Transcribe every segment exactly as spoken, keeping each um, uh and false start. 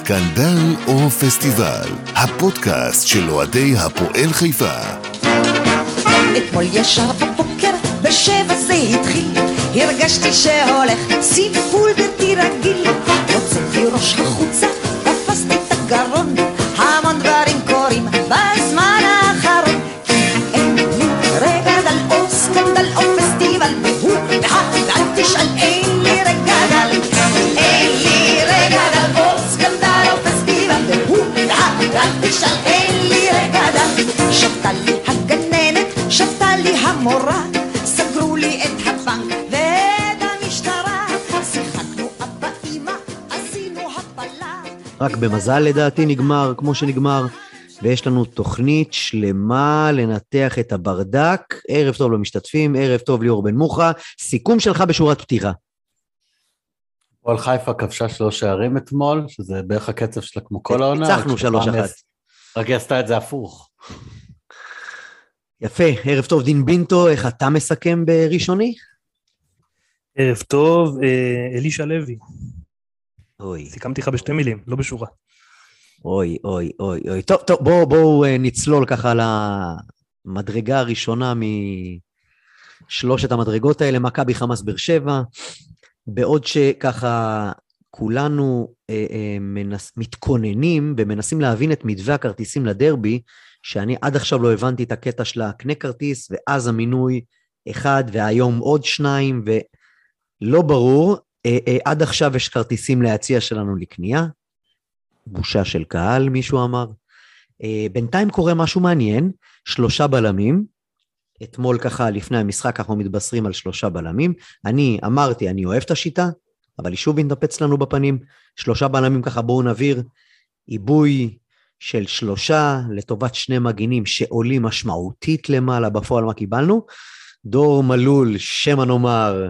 סקנדל או פסטיבל, הפודקאסט של אוהדי הפועל חיפה. אתמול ישר בבוקר בשבע זה התחיל, הרגשתי שהולך סיפול בלתי רגיל. הוצאתי ראש החוצה, תפסתי את הגרון, המון דברים קורים בזמן האחרון. אין לי רגדל או סקנדל או פסטיבל, והוא ואל תשאל, אין לי רגדל, אין לי רגדל או סקנדל או פסטיבל, והוא ואל תשאל, אין לי רגדל. שבתה לי הגננת, שבתה לי המורה, סגרו לי את הבנק ואת המשטרה, שיחקנו אבא אמא, עשינו הפלה. רק במזל לדעתי נגמר כמו שנגמר, ויש לנו תוכנית שלמה לנתח את הברדק. ערב טוב למשתתפים, ערב טוב ליאור בן מוחה, סיכום שלך בשורת פתיחה. הפועל חיפה כבשה שלוש שערים אתמול, שזה בערך הקצב שלה כמו כל העונה. ניצחנו שלוש אחת. רק היא עשתה את זה הפוך. יפה, ערב טוב דין בינטו, איך אתה מסכם בראשוני? ערב טוב, אלישע לוי. אוי. סיכמתי לך בשתי מילים, לא בשורה. אוי, אוי, אוי, אוי. טוב, טוב, בואו בוא, נצלול ככה למדרגה הראשונה משלושת המדרגות האלה, מכבי חמאס באר שבע, בעוד שככה כולנו אה, אה, מנס, מתכוננים ומנסים להבין את מתווה הכרטיסים לדרבי, שאני עד עכשיו לא הבנתי את הקטע של הקנה כרטיס, ואז המינוי אחד, והיום עוד שניים, ולא ברור, אה, אה, עד עכשיו יש כרטיסים להציע שלנו לקנייה, בושה של קהל, מישהו אמר. אה, בינתיים קורה משהו מעניין, שלושה בלמים, אתמול ככה לפני המשחק אנחנו מתבשרים על שלושה בלמים, אני אמרתי, אני אוהב את השיטה, אבל היא שוב ינתפץ לנו בפנים, שלושה בלמים ככה בואו נעביר, עיבוי של שלושה לטובת שני מגינים שעולים משמעותית למעלה, בפועל מה קיבלנו, דור מלול, שמה נאמר,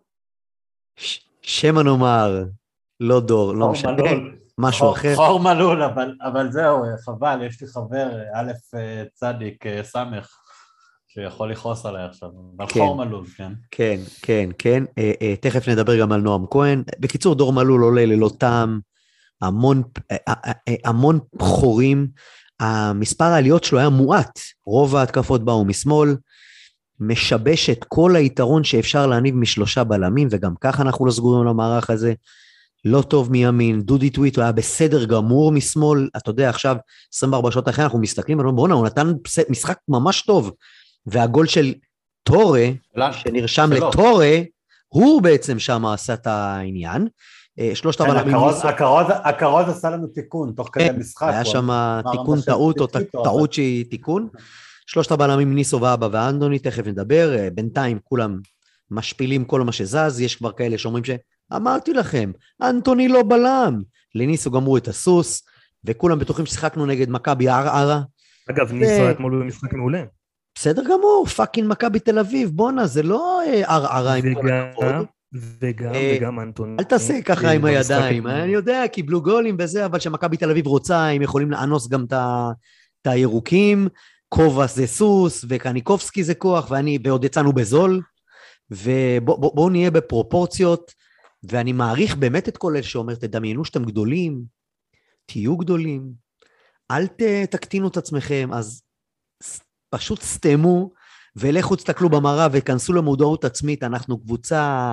ש- שמה נאמר, לא דור, לא משנה, משהו חור, אחר. חור מלול, אבל, אבל זהו, חבל, יש לי חבר, א' צדיק סמך, שיכול לכעוס עליי עכשיו, אבל כן, חור מלול, כן. כן, כן, כן, אה, אה, תכף נדבר גם על נועם כהן, בקיצור דור מלול עולה ללא טעם, המון, המון חורים, המספר העליות שלו היה מועט, רוב ההתקפות באו משמאל, משבש את כל היתרון שאפשר להניב משלושה בלמים, וגם ככה אנחנו לא סגורים למערך הזה, לא טוב מימין, דודי טוויט הוא היה בסדר גמור משמאל, אתה יודע עכשיו עשרים וארבע שעות אחרי אנחנו מסתכלים, בוא'נה הוא נתן משחק ממש טוב, והגול של טורה, שנרשם לטורה, הוא בעצם שם עשה את העניין, שלושת הבלמים ניסו. הקרוז עשה לנו תיקון, תוך כדי משחק. היה שם תיקון טעות, או טעות שהיא תיקון. שלושת הבלמים ניסו ואבא ואנדוני, תכף נדבר, בינתיים כולם משפילים כל מה שזז, יש כבר כאלה שאומרים שאמרתי לכם, אנטוני לא בלם. לניסו גמרו את הסוס, וכולם בטוחים ששיחקנו נגד מכבי ערערה. אגב, ניסו אתמול במשחק מעולה. בסדר גמור, פאקינג מכבי תל אביב, בונה, זה לא ערערה עם כל הכבוד. וגם, וגם אנטוני. אל תעשה ככה עם הידיים, אני יודע, קיבלו גולים בזה, אבל שמכבי תל אביב רוצה, הם יכולים לאנוס גם את הירוקים, קובס זה סוס, וקניקובסקי זה כוח, ואני, ועוד יצאנו בזול, ובואו נהיה בפרופורציות, ואני מעריך באמת את כל אלה שאומר, תדמיינו שאתם גדולים, תהיו גדולים, אל תקטינו את עצמכם, אז פשוט סתמו, ולכו תסתכלו במראה וכנסו למודעות עצמית, אנחנו קבוצה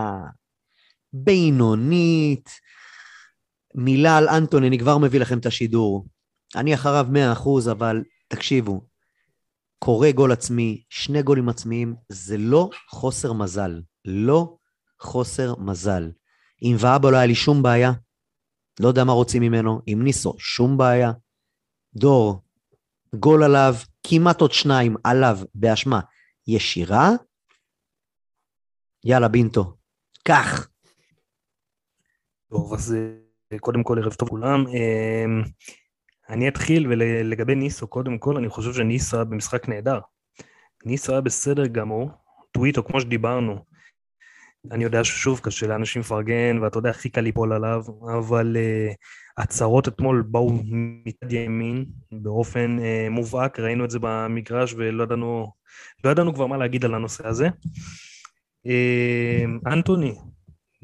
בינונית, מילה על אנטוני, אני כבר מביא לכם את השידור, אני אחריו מאה אחוז, אבל תקשיבו, קורא גול עצמי, שני גולים עצמיים, זה לא חוסר מזל, לא חוסר מזל. עם ואבא לא היה לי שום בעיה, לא יודע מה רוצים ממנו, עם ניסו, שום בעיה, דור, גול עליו, כמעט עוד שניים עליו באשמה, ישירה, יאללה בינטו, כך. טוב, אז קודם כל ערב טוב כולם, אני אתחיל ולגבי ניסו, קודם כל אני חושב שניסו במשחק נהדר, ניסו היה בסדר גמור, טוויטו כמו שדיברנו, אני יודע ששוב קשה לאנשים פרגן, ואתה יודע הכי קל ליפול עליו, אבל uh, הצהרות אתמול באו מצד ימין, באופן uh, מובהק, ראינו את זה במגרש, ולא ידענו, לא ידענו כבר מה להגיד על הנושא הזה. Uh, אנטוני,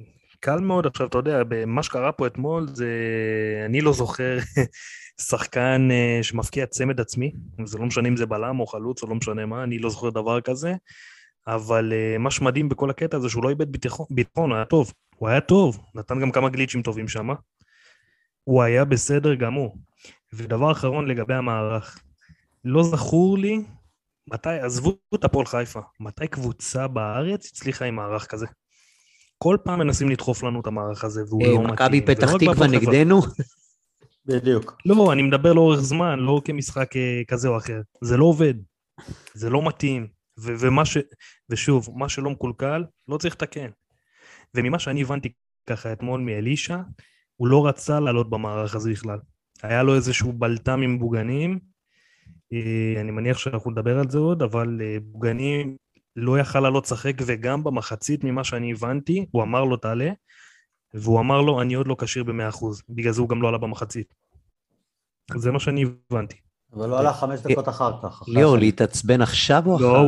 קל מאוד. עכשיו, אתה יודע, מה שקרה פה אתמול, זה, אני לא זוכר שחקן שמפקיע צמד עצמי, זה לא משנה אם זה בלם או חלוץ או לא משנה מה, אני לא זוכר דבר כזה, אבל מה שמדהים בכל הקטע זה שהוא לא איבד ביטחון, ביטחון, הוא היה טוב, הוא היה טוב, נתן גם כמה גליצ'ים טובים שם, הוא היה בסדר גמור. ודבר אחרון לגבי המערך, לא זכור לי, מתי, עזבו את הפועל חיפה, מתי קבוצה בארץ הצליחה עם מערך כזה? כל פעם מנסים לדחוף לנו את המערך הזה, והוא לא מתאים. מכבי פתח תקווה נגדנו? בדיוק. לא, אני מדבר לאורך זמן, לא כמשחק כזה או אחר. זה לא עובד, זה לא מתאים, ו- ומה ש... ושוב, מה שלא מקולקל, לא צריך לתקן. וממה שאני הבנתי ככה אתמול מאלישה, הוא לא רצה לעלות במערך הזה בכלל. היה לו איזשהו בלטם עם בוגנים, אני מניח שאנחנו נדבר על זה עוד, אבל בוגנים לא יכל לעלות שחק, וגם במחצית ממה שאני הבנתי, הוא אמר לו תעלה, והוא אמר לו אני עוד לא קשיר ב-מאה אחוז, בגלל זה הוא גם לא עלה במחצית. זה מה שאני הבנתי. אבל לא עלה חמש דקות אחר כך. ליאור, להתעצבן עכשיו או אחר כך?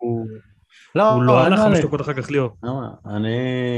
לא, הוא לא עלה חמש דקות אחר כך, ליאור. אני,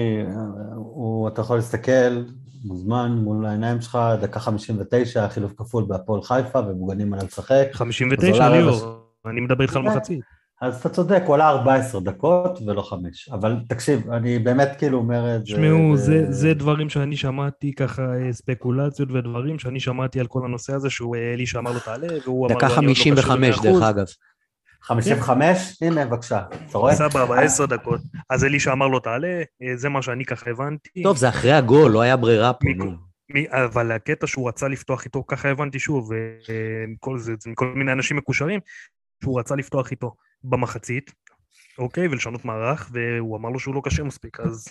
אתה יכול להסתכל, מוזמן מול העיניים שלך, דקה חמישים ותשע, חילוף כפול בהפועל חיפה, ובוגנים עליו לשחק. חמישים ותשע, ליאור, אני מדבר איתך על מחצית. אז אתה צודק, הוא עלה ארבע עשרה דקות ולא חמש, אבל תקשיב, אני באמת כאילו אומר את זה... שמעו, זה, זה דברים שאני שמעתי ככה, ספקולציות ודברים שאני שמעתי על כל הנושא הזה, שהוא אלישה אמר לו תעלה, והוא אמר לו... דקה חמישים וחמש דרך אגב. חמישים וחמש? הנה, בבקשה, אתה רואה? סבבה, עשר דקות. אז אלישה אמר לו תעלה, זה מה שאני ככה הבנתי. טוב, זה אחרי הגול, לא היה ברירה פה. אבל הקטע שהוא רצה לפתוח איתו, ככה הבנתי שוב, מכל מיני אנשים מקושרים, שהוא רצה לפתוח איתו במחצית, אוקיי, ולשנות מערך, והוא אמר לו שהוא לא קשה מספיק, אז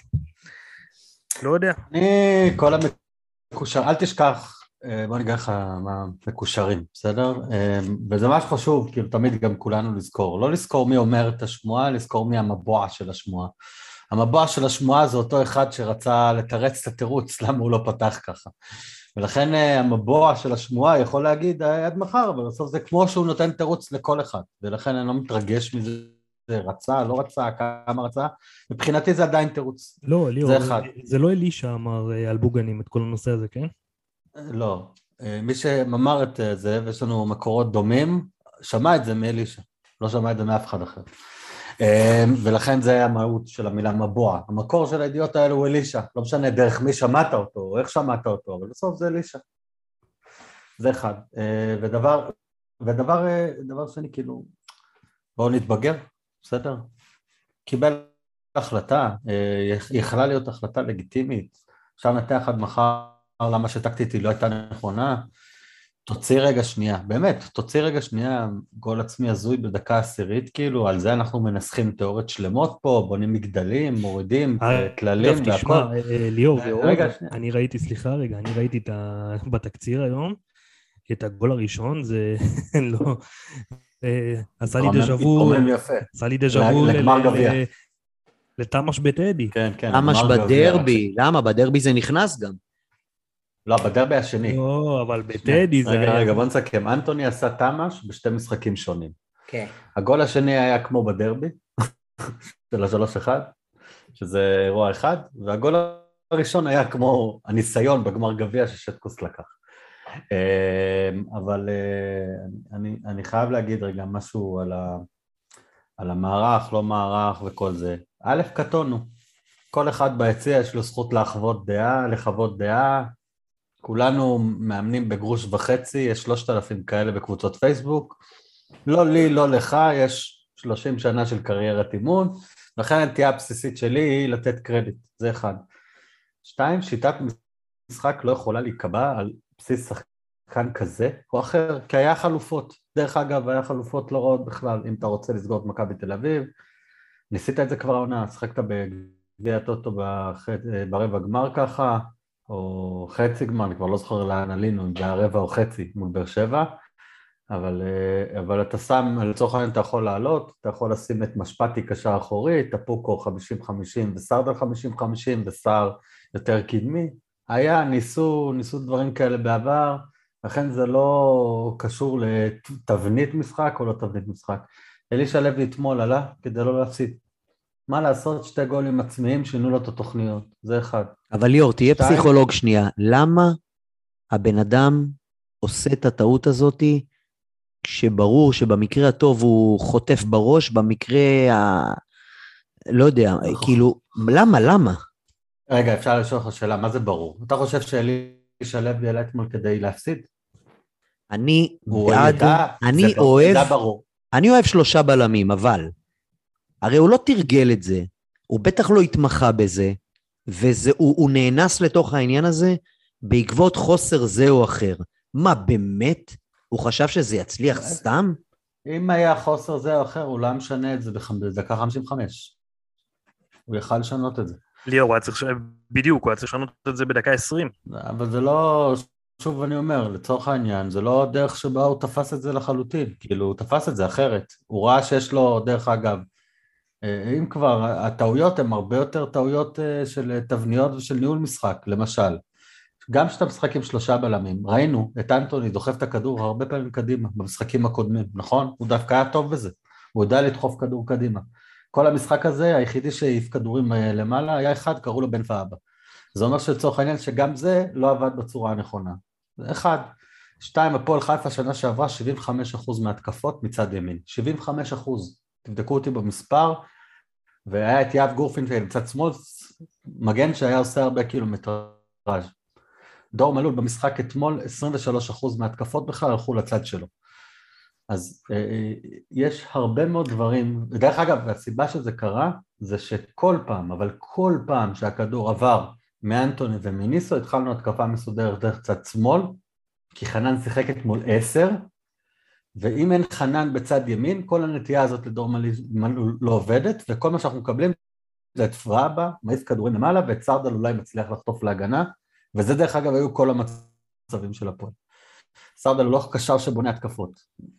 לא יודע. אני, כל המקושר, אל תשכח, בוא ניגע לך מה מקושרים, בסדר? וזה ממש חשוב, כאילו תמיד גם כולנו לזכור, לא לזכור מי אומר את השמועה, לזכור מי המבוע של השמועה. המבוע של השמועה זה אותו אחד שרצה לתרץ את התירוץ, למה הוא לא פתח ככה. ולכן המבוע של השמועה יכול להגיד עד מחר, אבל בסוף זה כמו שהוא נותן תירוץ לכל אחד, ולכן אני לא מתרגש מזה, זה רצה, לא רצה, כמה רצה, מבחינתי זה עדיין תירוץ. לא, ליאור, זה, זה לא אלישה אמר על בוגנים את כל הנושא הזה, כן? לא, מי שאמר את זה, ויש לנו מקורות דומים, שמע את זה מאלישה, לא שמע את זה מאף אחד אחר. ולכן זה המהות של המילה מבוע. המקור של הידיעות האלו הוא אלישה, לא משנה דרך מי שמעת אותו, או איך שמעת אותו, אבל בסוף זה אלישה. זה אחד. ודבר, ודבר, דבר שני, כאילו, בואו נתבגר, בסדר? קיבל החלטה, יכלה להיות החלטה לגיטימית, עכשיו נתח עד מחר, למה שטקטית היא לא הייתה נכונה, תוציא רגע שנייה, באמת, תוציא רגע שנייה, גול עצמי הזוי בדקה עשירית, כאילו, על זה אנחנו מנסחים תיאוריות שלמות פה, בונים מגדלים, מורידים, כללים והכל. תשמע, ליאור, אני ראיתי, סליחה רגע, אני ראיתי בתקציר היום, את הגול הראשון, זה לא, עשה לי דז'אבו, עשה לי דז'אבו לתמש בטדי. כן, כן. תמש בדרבי, למה? בדרבי זה נכנס גם. לא, בדרבי השני. לא, אבל בטדי זה... רגע, רגע, בוא נסכם. אנטוני עשה תמש בשתי משחקים שונים. כן. הגול השני היה כמו בדרבי, של השלוש אחד, שזה אירוע אחד, והגול הראשון היה כמו הניסיון בגמר גביע ששטקוס לקח. אבל אני, אני חייב להגיד רגע משהו על, ה, על המערך, לא מערך וכל זה. א', קטונו. כל אחד ביציע יש לו זכות לחוות דעה, לחוות דעה, כולנו מאמנים בגרוש וחצי, יש שלושת אלפים כאלה בקבוצות פייסבוק, לא לי, לא לך, יש שלושים שנה של קריירת אימון, לכן הנטייה הבסיסית שלי היא לתת קרדיט, זה אחד. שתיים, שיטת משחק לא יכולה להיקבע על בסיס שחקן כזה או אחר, כי היה חלופות, דרך אגב, היה חלופות לא רעות בכלל, אם אתה רוצה לסגור את מכבי תל אביב, ניסית את זה כבר העונה, שחקת בגביע הטוטו ברבע גמר ככה, או חצי גמר, אני כבר לא זוכר לאן עלינו, אם זה הרבע או חצי מול באר שבע, אבל, אבל אתה שם, לצורך העניין אתה יכול לעלות, אתה יכול לשים את משפטי קשר אחורי, טפוקו חמישים חמישים וסרדל חמישים חמישים וסער יותר קדמי, היה, ניסו, ניסו דברים כאלה בעבר, לכן זה לא קשור לתבנית משחק או לא תבנית משחק. אלישע לוי אתמול עלה כדי לא להפסיד, מה לעשות, שתי גולים עצמיים שינו לו את התוכניות, זה אחד. אבל ליאור, תהיה שתיים. פסיכולוג שנייה, למה הבן אדם עושה את הטעות הזאת, כשברור שבמקרה הטוב הוא חוטף בראש, במקרה ה... לא יודע, כאילו, למה, למה? רגע, אפשר לשאול לך שאלה, מה זה ברור? אתה חושב שאלישע לוי יעלה אתמול כדי להפסיד? אני הוא בעד, ידע, אני זה ברור, אוהב, זה ברור. אני אוהב שלושה בלמים, אבל, הרי הוא לא תרגל את זה, הוא בטח לא התמחה בזה, והוא נאנס לתוך העניין הזה, בעקבות חוסר זה או אחר. מה, באמת? הוא חשב שזה יצליח סתם? אם היה חוסר זה או אחר, הוא לא משנה את זה בדקה חמישים וחמש. הוא יכל לשנות את זה. ליאור, הוא היה צריך, בדיוק, הוא היה צריך לשנות את זה בדקה עשרים. אבל זה לא, שוב אני אומר, לצורך העניין, זה לא דרך שבה הוא תפס את זה לחלוטין, כאילו הוא תפס את זה אחרת. הוא ראה שיש לו, דרך אגב, אם כבר, הטעויות הן הרבה יותר טעויות של תבניות ושל ניהול משחק, למשל. גם שאתה משחק עם שלושה בלמים, ראינו את אנטוני דוחף את הכדור הרבה פעמים קדימה, במשחקים הקודמים, נכון? הוא דווקא היה טוב בזה, הוא יודע לדחוף כדור קדימה. כל המשחק הזה, היחידי שהעיף כדורים למעלה, היה אחד, קראו לו בן ואבא. זה אומר שלצורך העניין שגם זה לא עבד בצורה הנכונה. זה אחד. שתיים, הפועל חיפה שנה שעברה, שבעים וחמישה אחוז מהתקפות מצד ימין. שבעים וחמישה אחוז. תבדקו אותי במספר, והיה את יאב גורפינקל מצד שמאל, מגן שהיה עושה הרבה קילומטראז'. דור מלול במשחק אתמול, עשרים ושלושה אחוז מהתקפות בכלל הלכו לצד שלו. אז אה, יש הרבה מאוד דברים, ודרך אגב, הסיבה שזה קרה, זה שכל פעם, אבל כל פעם שהכדור עבר מאנטוני ומיניסו, התחלנו התקפה מסודרת דרך צד שמאל, כי חנן שיחק אתמול עשר, ואם אין חנן בצד ימין, כל הנטייה הזאת לדור מלול לא עובדת, וכל מה שאנחנו מקבלים זה את פראבה, מעיף כדורים למעלה, ואת סרדל אולי מצליח לחטוף להגנה, וזה דרך אגב היו כל המצבים של הפועל. סרדל הוא לא קשר שבונה התקפות.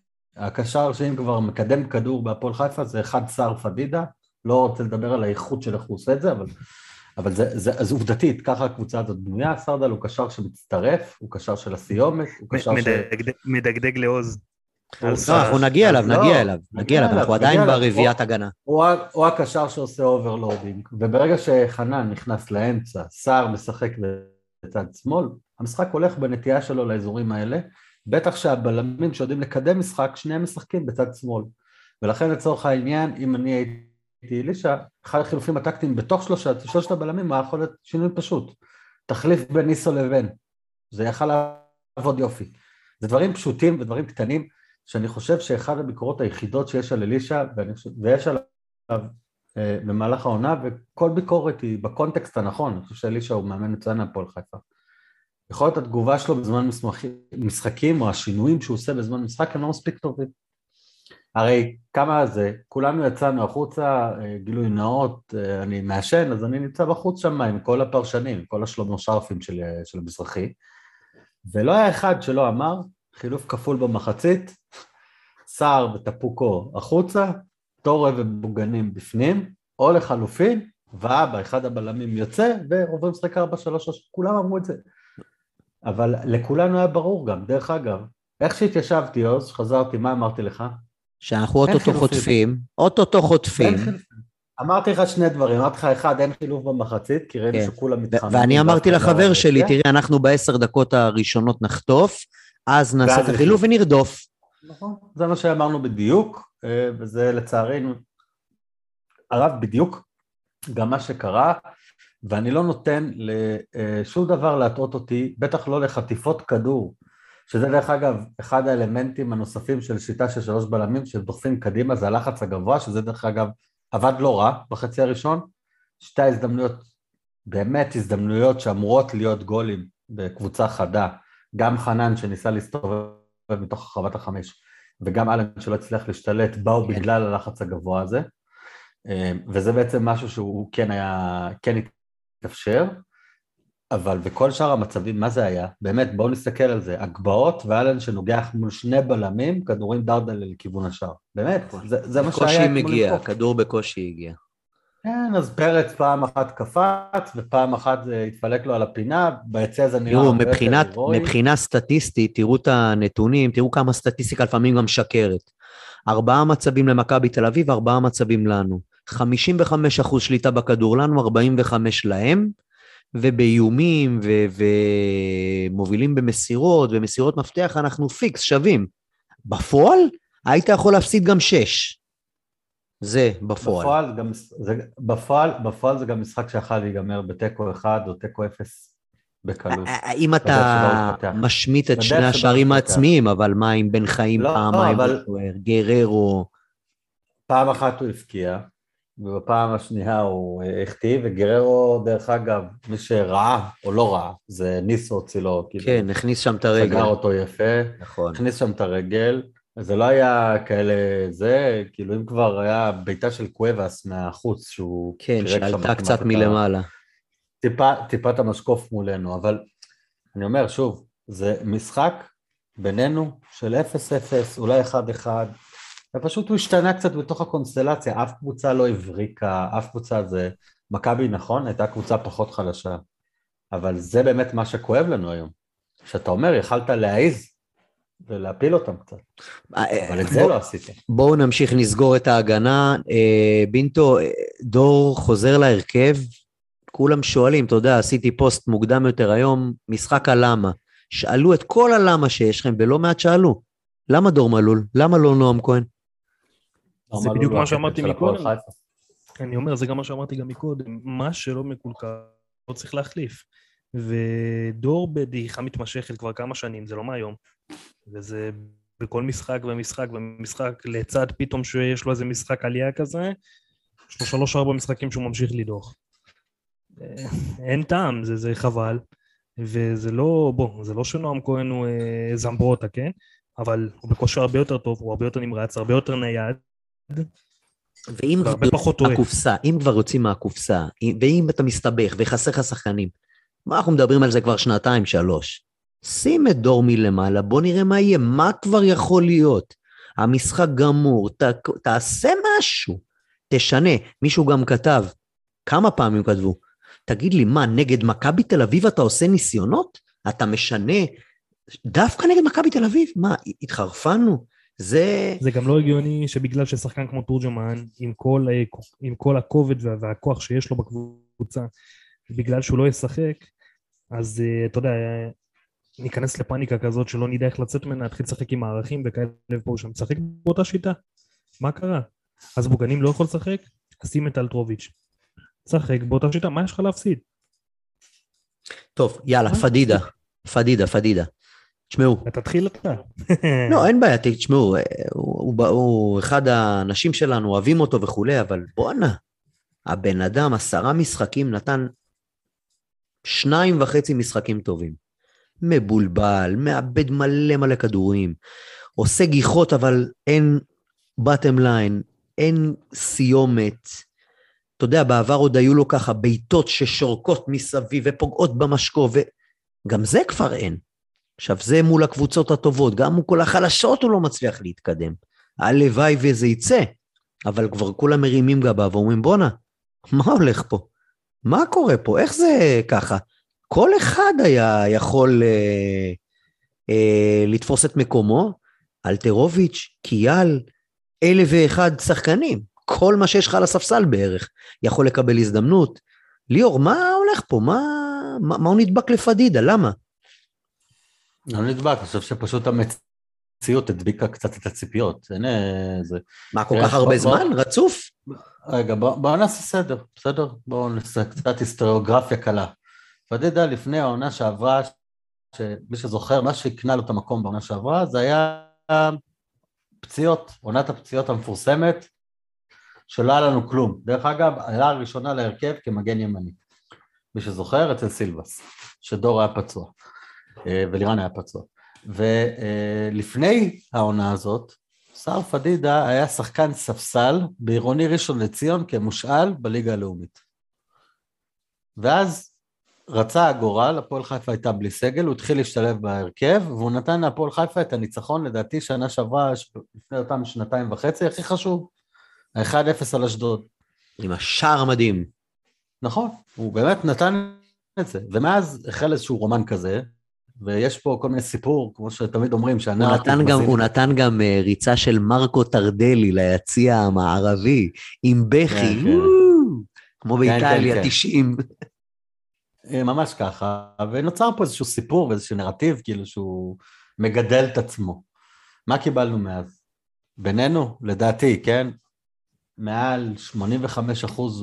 הקשר שאם כבר מקדם כדור בהפועל חיפה זה אחד סער פדידה, לא רוצה לדבר על האיכות של איך הוא עושה את זה, אבל, אבל זה, זה, אז עובדתית, ככה הקבוצה הזאת בנויה, סרדל הוא קשר שמצטרף, הוא קשר של הסיומת, הוא קשר מדגדג, ש... מדגדג לעוז. אנחנו נגיע אליו, נגיע אליו, נגיע אליו, אנחנו עדיין ברביעיית הגנה. הוא הקשר שעושה אוברלודינג, וברגע שחנן נכנס לאמצע, סער משחק בצד שמאל, המשחק הולך בנטייה שלו לאזורים האלה, בטח שהבלמים שיודעים לקדם משחק, שניהם משחקים בצד שמאל. ולכן לצורך העניין, אם אני הייתי אלישע, אחד החילופים הטקטיים בתוך שלושת, שלושת הבלמים, היה יכול להיות שינוי פשוט. תחליף בין ניסו לבין. זה יכל לעבוד יופי. זה דברים פשוטים ודברים קטנים, שאני חושב שאחד הביקורות היחידות שיש על אלישע, ויש עליו אה, במהלך העונה, וכל ביקורת היא בקונטקסט הנכון. אני חושב שאלישע הוא מאמן מצוין הפועל חיפה. יכול להיות התגובה שלו בזמן משחקים, או השינויים שהוא עושה בזמן משחק, הם לא מספיק טובים. הרי כמה זה, כולנו יצאנו החוצה, גילוי נאות, אני מעשן, אז אני נמצא בחוץ שם עם כל הפרשנים, כל השלמה שרפים של, של המזרחי, ולא היה אחד שלא אמר, חילוף כפול במחצית, סער וטפוקו החוצה, תורה ובוגנים בפנים, או לחלופין, ואבא, אחד הבלמים יוצא, ועוברים משחק ארבע שלוש, כולם אמרו את זה. אבל לכולנו היה ברור גם, דרך אגב, איך שהתיישבתי עוז, חזרתי, מה אמרתי לך? שאנחנו אוטוטו חוטפים, אוטוטו חוטפים. אמרתי לך שני דברים, אמרתי לך אחד, אין חילוף במחצית, כי ראינו שכולם מתחממים. ואני אמרתי לחבר שלי, תראה, אנחנו בעשר דקות הראשונות נחטוף, אז נעשה את החילוף ונרדוף. נכון, זה מה שאמרנו בדיוק, וזה לצערנו, הרב בדיוק, גם מה שקרה, ואני לא נותן לשום דבר להטעות אותי, בטח לא לחטיפות כדור, שזה דרך אגב אחד האלמנטים הנוספים של שיטה של שלוש בלמים, שדוחפים קדימה, זה הלחץ הגבוה, שזה דרך אגב עבד לא רע בחצי הראשון, שתי ההזדמנויות, באמת הזדמנויות שאמורות להיות גולים בקבוצה חדה, גם חנן שניסה להסתובב מתוך חוות החמש, וגם אלן שלא הצליח להשתלט, באו בגלל הלחץ הגבוה הזה, וזה בעצם משהו שהוא כן היה, כן התאפשר, אבל בכל שאר המצבים, מה זה היה? באמת, בואו נסתכל על זה, הגבעות ואלן שנוגח מול שני בלמים, כדורים דרדל לכיוון השאר. באמת, זה, זה מה שהיה. בקושי מגיע, הכדור בקושי הגיע. כן, אז פרץ פעם אחת קפץ, ופעם אחת התפלק לו על הפינה, ביציע זה נראה... תראו, מבחינת, מבחינה סטטיסטית, תראו את הנתונים, תראו כמה סטטיסטיקה לפעמים גם שקרת. ארבעה מצבים למכבי תל אביב, ארבעה מצבים לנו. חמישים וחמישה אחוז שליטה בכדור לנו, ארבעים וחמש להם, ובאיומים ו- ומובילים במסירות, במסירות מפתח אנחנו פיקס, שווים. בפועל, היית יכול להפסיד גם שש. זה בפועל. בפועל, גם, זה, בפועל, בפועל זה גם משחק שיכול להיגמר בתיקו אחד או תיקו אפס בקלות. אם אתה משמיט את שני השערים העצמיים, אבל מה עם בן חיים לא, פעמיים, אבל... גררו... פעם אחת הוא הפקיע, ובפעם השנייה הוא הכתיב, וגררו דרך אגב, מי שראה או לא ראה, זה ניסו הוציא לו, כן, הכניס שם את הרגל. סגר אותו יפה, נכון. הכניס שם את הרגל, זה לא היה כאלה זה, כאילו אם כבר היה ביתה של קואבס מהחוץ, שהוא... כן, שעלתה קצת מלמעלה. טיפה, טיפת המשקוף מולנו, אבל אני אומר שוב, זה משחק בינינו של אפס אפס, אולי אחד אחד, ופשוט הוא השתנה קצת בתוך הקונסטלציה, אף קבוצה לא הבריקה, אף קבוצה זה, מכבי נכון, הייתה קבוצה פחות חלשה, אבל זה באמת מה שכואב לנו היום, שאתה אומר, יכלת להעיז ולהפיל אותם קצת, אבל את זה לא עשית. בואו נמשיך נסגור את ההגנה, בינטו, דור חוזר להרכב, כולם שואלים, אתה יודע, עשיתי פוסט מוקדם יותר היום, משחק הלמה, שאלו את כל הלמה שיש לכם, ולא מעט שאלו, למה דור מלול? למה לא נועם כהן? זה בדיוק מה שאמרתי מקודם. אני אומר, זה גם מה שאמרתי גם מקודם, מה שלא מקולקל, לא צריך להחליף. ודור בדעיכה מתמשכת כבר כמה שנים, זה לא מהיום. וזה בכל משחק ומשחק ומשחק, לצד פתאום שיש לו איזה משחק עלייה כזה, יש לו שלוש ארבע משחקים שהוא ממשיך לדוח. אין טעם, זה, זה חבל, וזה לא, בוא, זה לא שנועם כהן הוא אה, זמברוטה, כן? אבל הוא בכושר הרבה יותר טוב, הוא הרבה יותר נמרץ, הרבה יותר נייד, ואם כבר הקופסה, אם כבר יוצאים מהקופסה, ואם אתה מסתבך וחסר לך שחקנים, מה אנחנו מדברים על זה כבר שנתיים, שלוש? שים את דור מלמעלה, בוא נראה מה יהיה, מה כבר יכול להיות? המשחק גמור, ת, תעשה משהו, תשנה, מישהו גם כתב, כמה פעמים כתבו, תגיד לי, מה, נגד מכבי תל אביב אתה עושה ניסיונות? אתה משנה, דווקא נגד מכבי תל אביב? מה, התחרפנו? זה... זה גם לא הגיוני שבגלל ששחקן כמו תורג'מן, עם כל, עם כל הכובד והכוח שיש לו בקבוצה, בגלל שהוא לא ישחק, אז אתה יודע, ניכנס לפאניקה כזאת שלא נדע איך לצאת ממנה, נתחיל לשחק עם הערכים וכאלה ופה שם, לשחק באותה שיטה. מה קרה? אז בוגנים לא יכול לשחק? אז שים את אלטרוביץ'. שחק באותה שיטה, מה יש לך להפסיד? טוב, יאללה, פדידה, פדידה, פדידה. תשמעו. תתחיל אתה. לא, אין בעיה, תשמעו, הוא, הוא אחד האנשים שלנו, אוהבים אותו וכולי, אבל בואנה, הבן אדם, עשרה משחקים, נתן שניים וחצי משחקים טובים. מבולבל, מאבד מלא מלא כדורים, עושה גיחות, אבל אין bottom line, אין סיומת. אתה יודע, בעבר עוד היו לו ככה ביתות ששורקות מסביב ופוגעות במשקו, וגם זה כבר אין. עכשיו, זה מול הקבוצות הטובות, גם מול כל החלשות הוא לא מצליח להתקדם. הלוואי וזה יצא, אבל כבר כולם מרימים גבה ואומרים, בונה, מה הולך פה? מה קורה פה? איך זה ככה? כל אחד היה יכול אה, אה, לתפוס את מקומו, אלטרוביץ', קיאל, אלף ואחד שחקנים, כל מה שיש לך על הספסל בערך, יכול לקבל הזדמנות. ליאור, מה הולך פה? מה, מה, מה הוא נדבק לפדידה? למה? לא נדבק, אני חושב שפשוט המציאות הדביקה קצת את הציפיות. הנה, זה... מה, כל כך הרבה זמן? רצוף? רגע, בואו נעשה סדר, בסדר? בואו נעשה קצת היסטוריוגרפיה קלה. פדידה לפני העונה שעברה, שמי שזוכר, מה שהקנה לו את המקום בעונה שעברה, זה היה פציעות, עונת הפציעות המפורסמת, שלא היה לנו כלום. דרך אגב, היה הראשונה להרכב כמגן ימני. מי שזוכר, אצל סילבס, שדור היה פצוע, ולירן היה פצוע. ולפני העונה הזאת, סער פדידה היה שחקן ספסל בעירוני ראשון לציון כמושאל בליגה הלאומית. ואז רצה הגורל, הפועל חיפה הייתה בלי סגל, הוא התחיל להשתלב בהרכב, והוא נתן להפועל חיפה את הניצחון, לדעתי שנה שעברה, לפני אותם שנתיים וחצי, הכי חשוב, ה-אחד אפס על אשדוד. עם השער מדהים. נכון, הוא באמת נתן את זה, ומאז החל איזשהו רומן כזה, ויש פה כל מיני סיפור, כמו שתמיד אומרים, הוא שהנרטיב נתן גם, מזין... הוא נתן גם אה, ריצה של מרקו טרדלי ליציע המערבי, עם בכי, כן, כן. וואו, כמו כן, באיטליה, כן, כן. תשעים. ממש ככה, ונוצר פה איזשהו סיפור ואיזשהו נרטיב, כאילו שהוא מגדל את עצמו. מה קיבלנו מאז? בינינו, לדעתי, כן? מעל שמונים וחמישה אחוז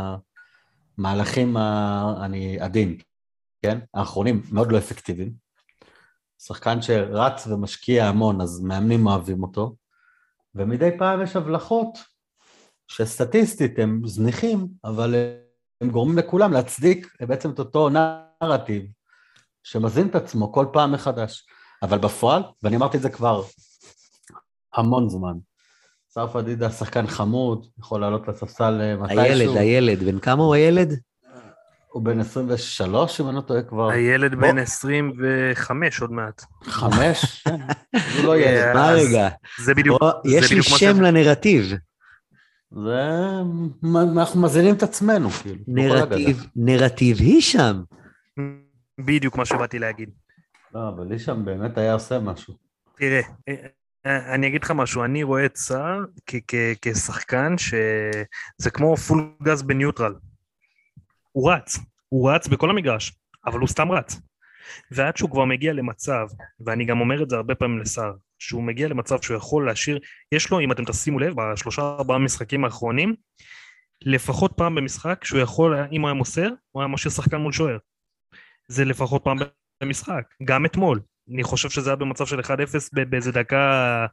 מהמהלכים אני עדין, כן? האחרונים מאוד לא אפקטיביים. שחקן שרץ ומשקיע המון, אז מאמנים אוהבים אותו, ומדי פעם יש הבלחות שסטטיסטית הם זניחים, אבל הם גורמים לכולם להצדיק בעצם את אותו נרטיב שמזין את עצמו כל פעם מחדש. אבל בפועל, ואני אמרתי את זה כבר המון זמן, סער פדידה, שחקן חמוד, יכול לעלות לספסל מתישהו. הילד, הילד, בן כמה הוא הילד? הוא בן עשרים ושלוש, אם אני לא טועה כבר. הילד בן עשרים וחמש עוד מעט. חמש? הוא לא ילד. מה רגע? זה בדיוק... יש לי שם לנרטיב. זה... אנחנו מזינים את עצמנו, כאילו. נרטיב, נרטיב היא שם. בדיוק מה שבאתי להגיד. לא, אבל היא שם באמת היה עושה משהו. תראה, אני אגיד לך משהו, אני רואה את סער כשחקן שזה כמו פול גז בניוטרל. הוא רץ, הוא רץ בכל המגרש, אבל הוא סתם רץ. ועד שהוא כבר מגיע למצב, ואני גם אומר את זה הרבה פעמים לסער, שהוא מגיע למצב שהוא יכול להשאיר, יש לו, אם אתם תשימו לב, בשלושה ארבעה משחקים האחרונים, לפחות פעם במשחק, שהוא יכול, אם הוא היה מוסר, הוא היה משאיר שחקן מול שוער. זה לפחות פעם במשחק, גם אתמול. אני חושב שזה היה במצב של אחד אפס באיזה דקה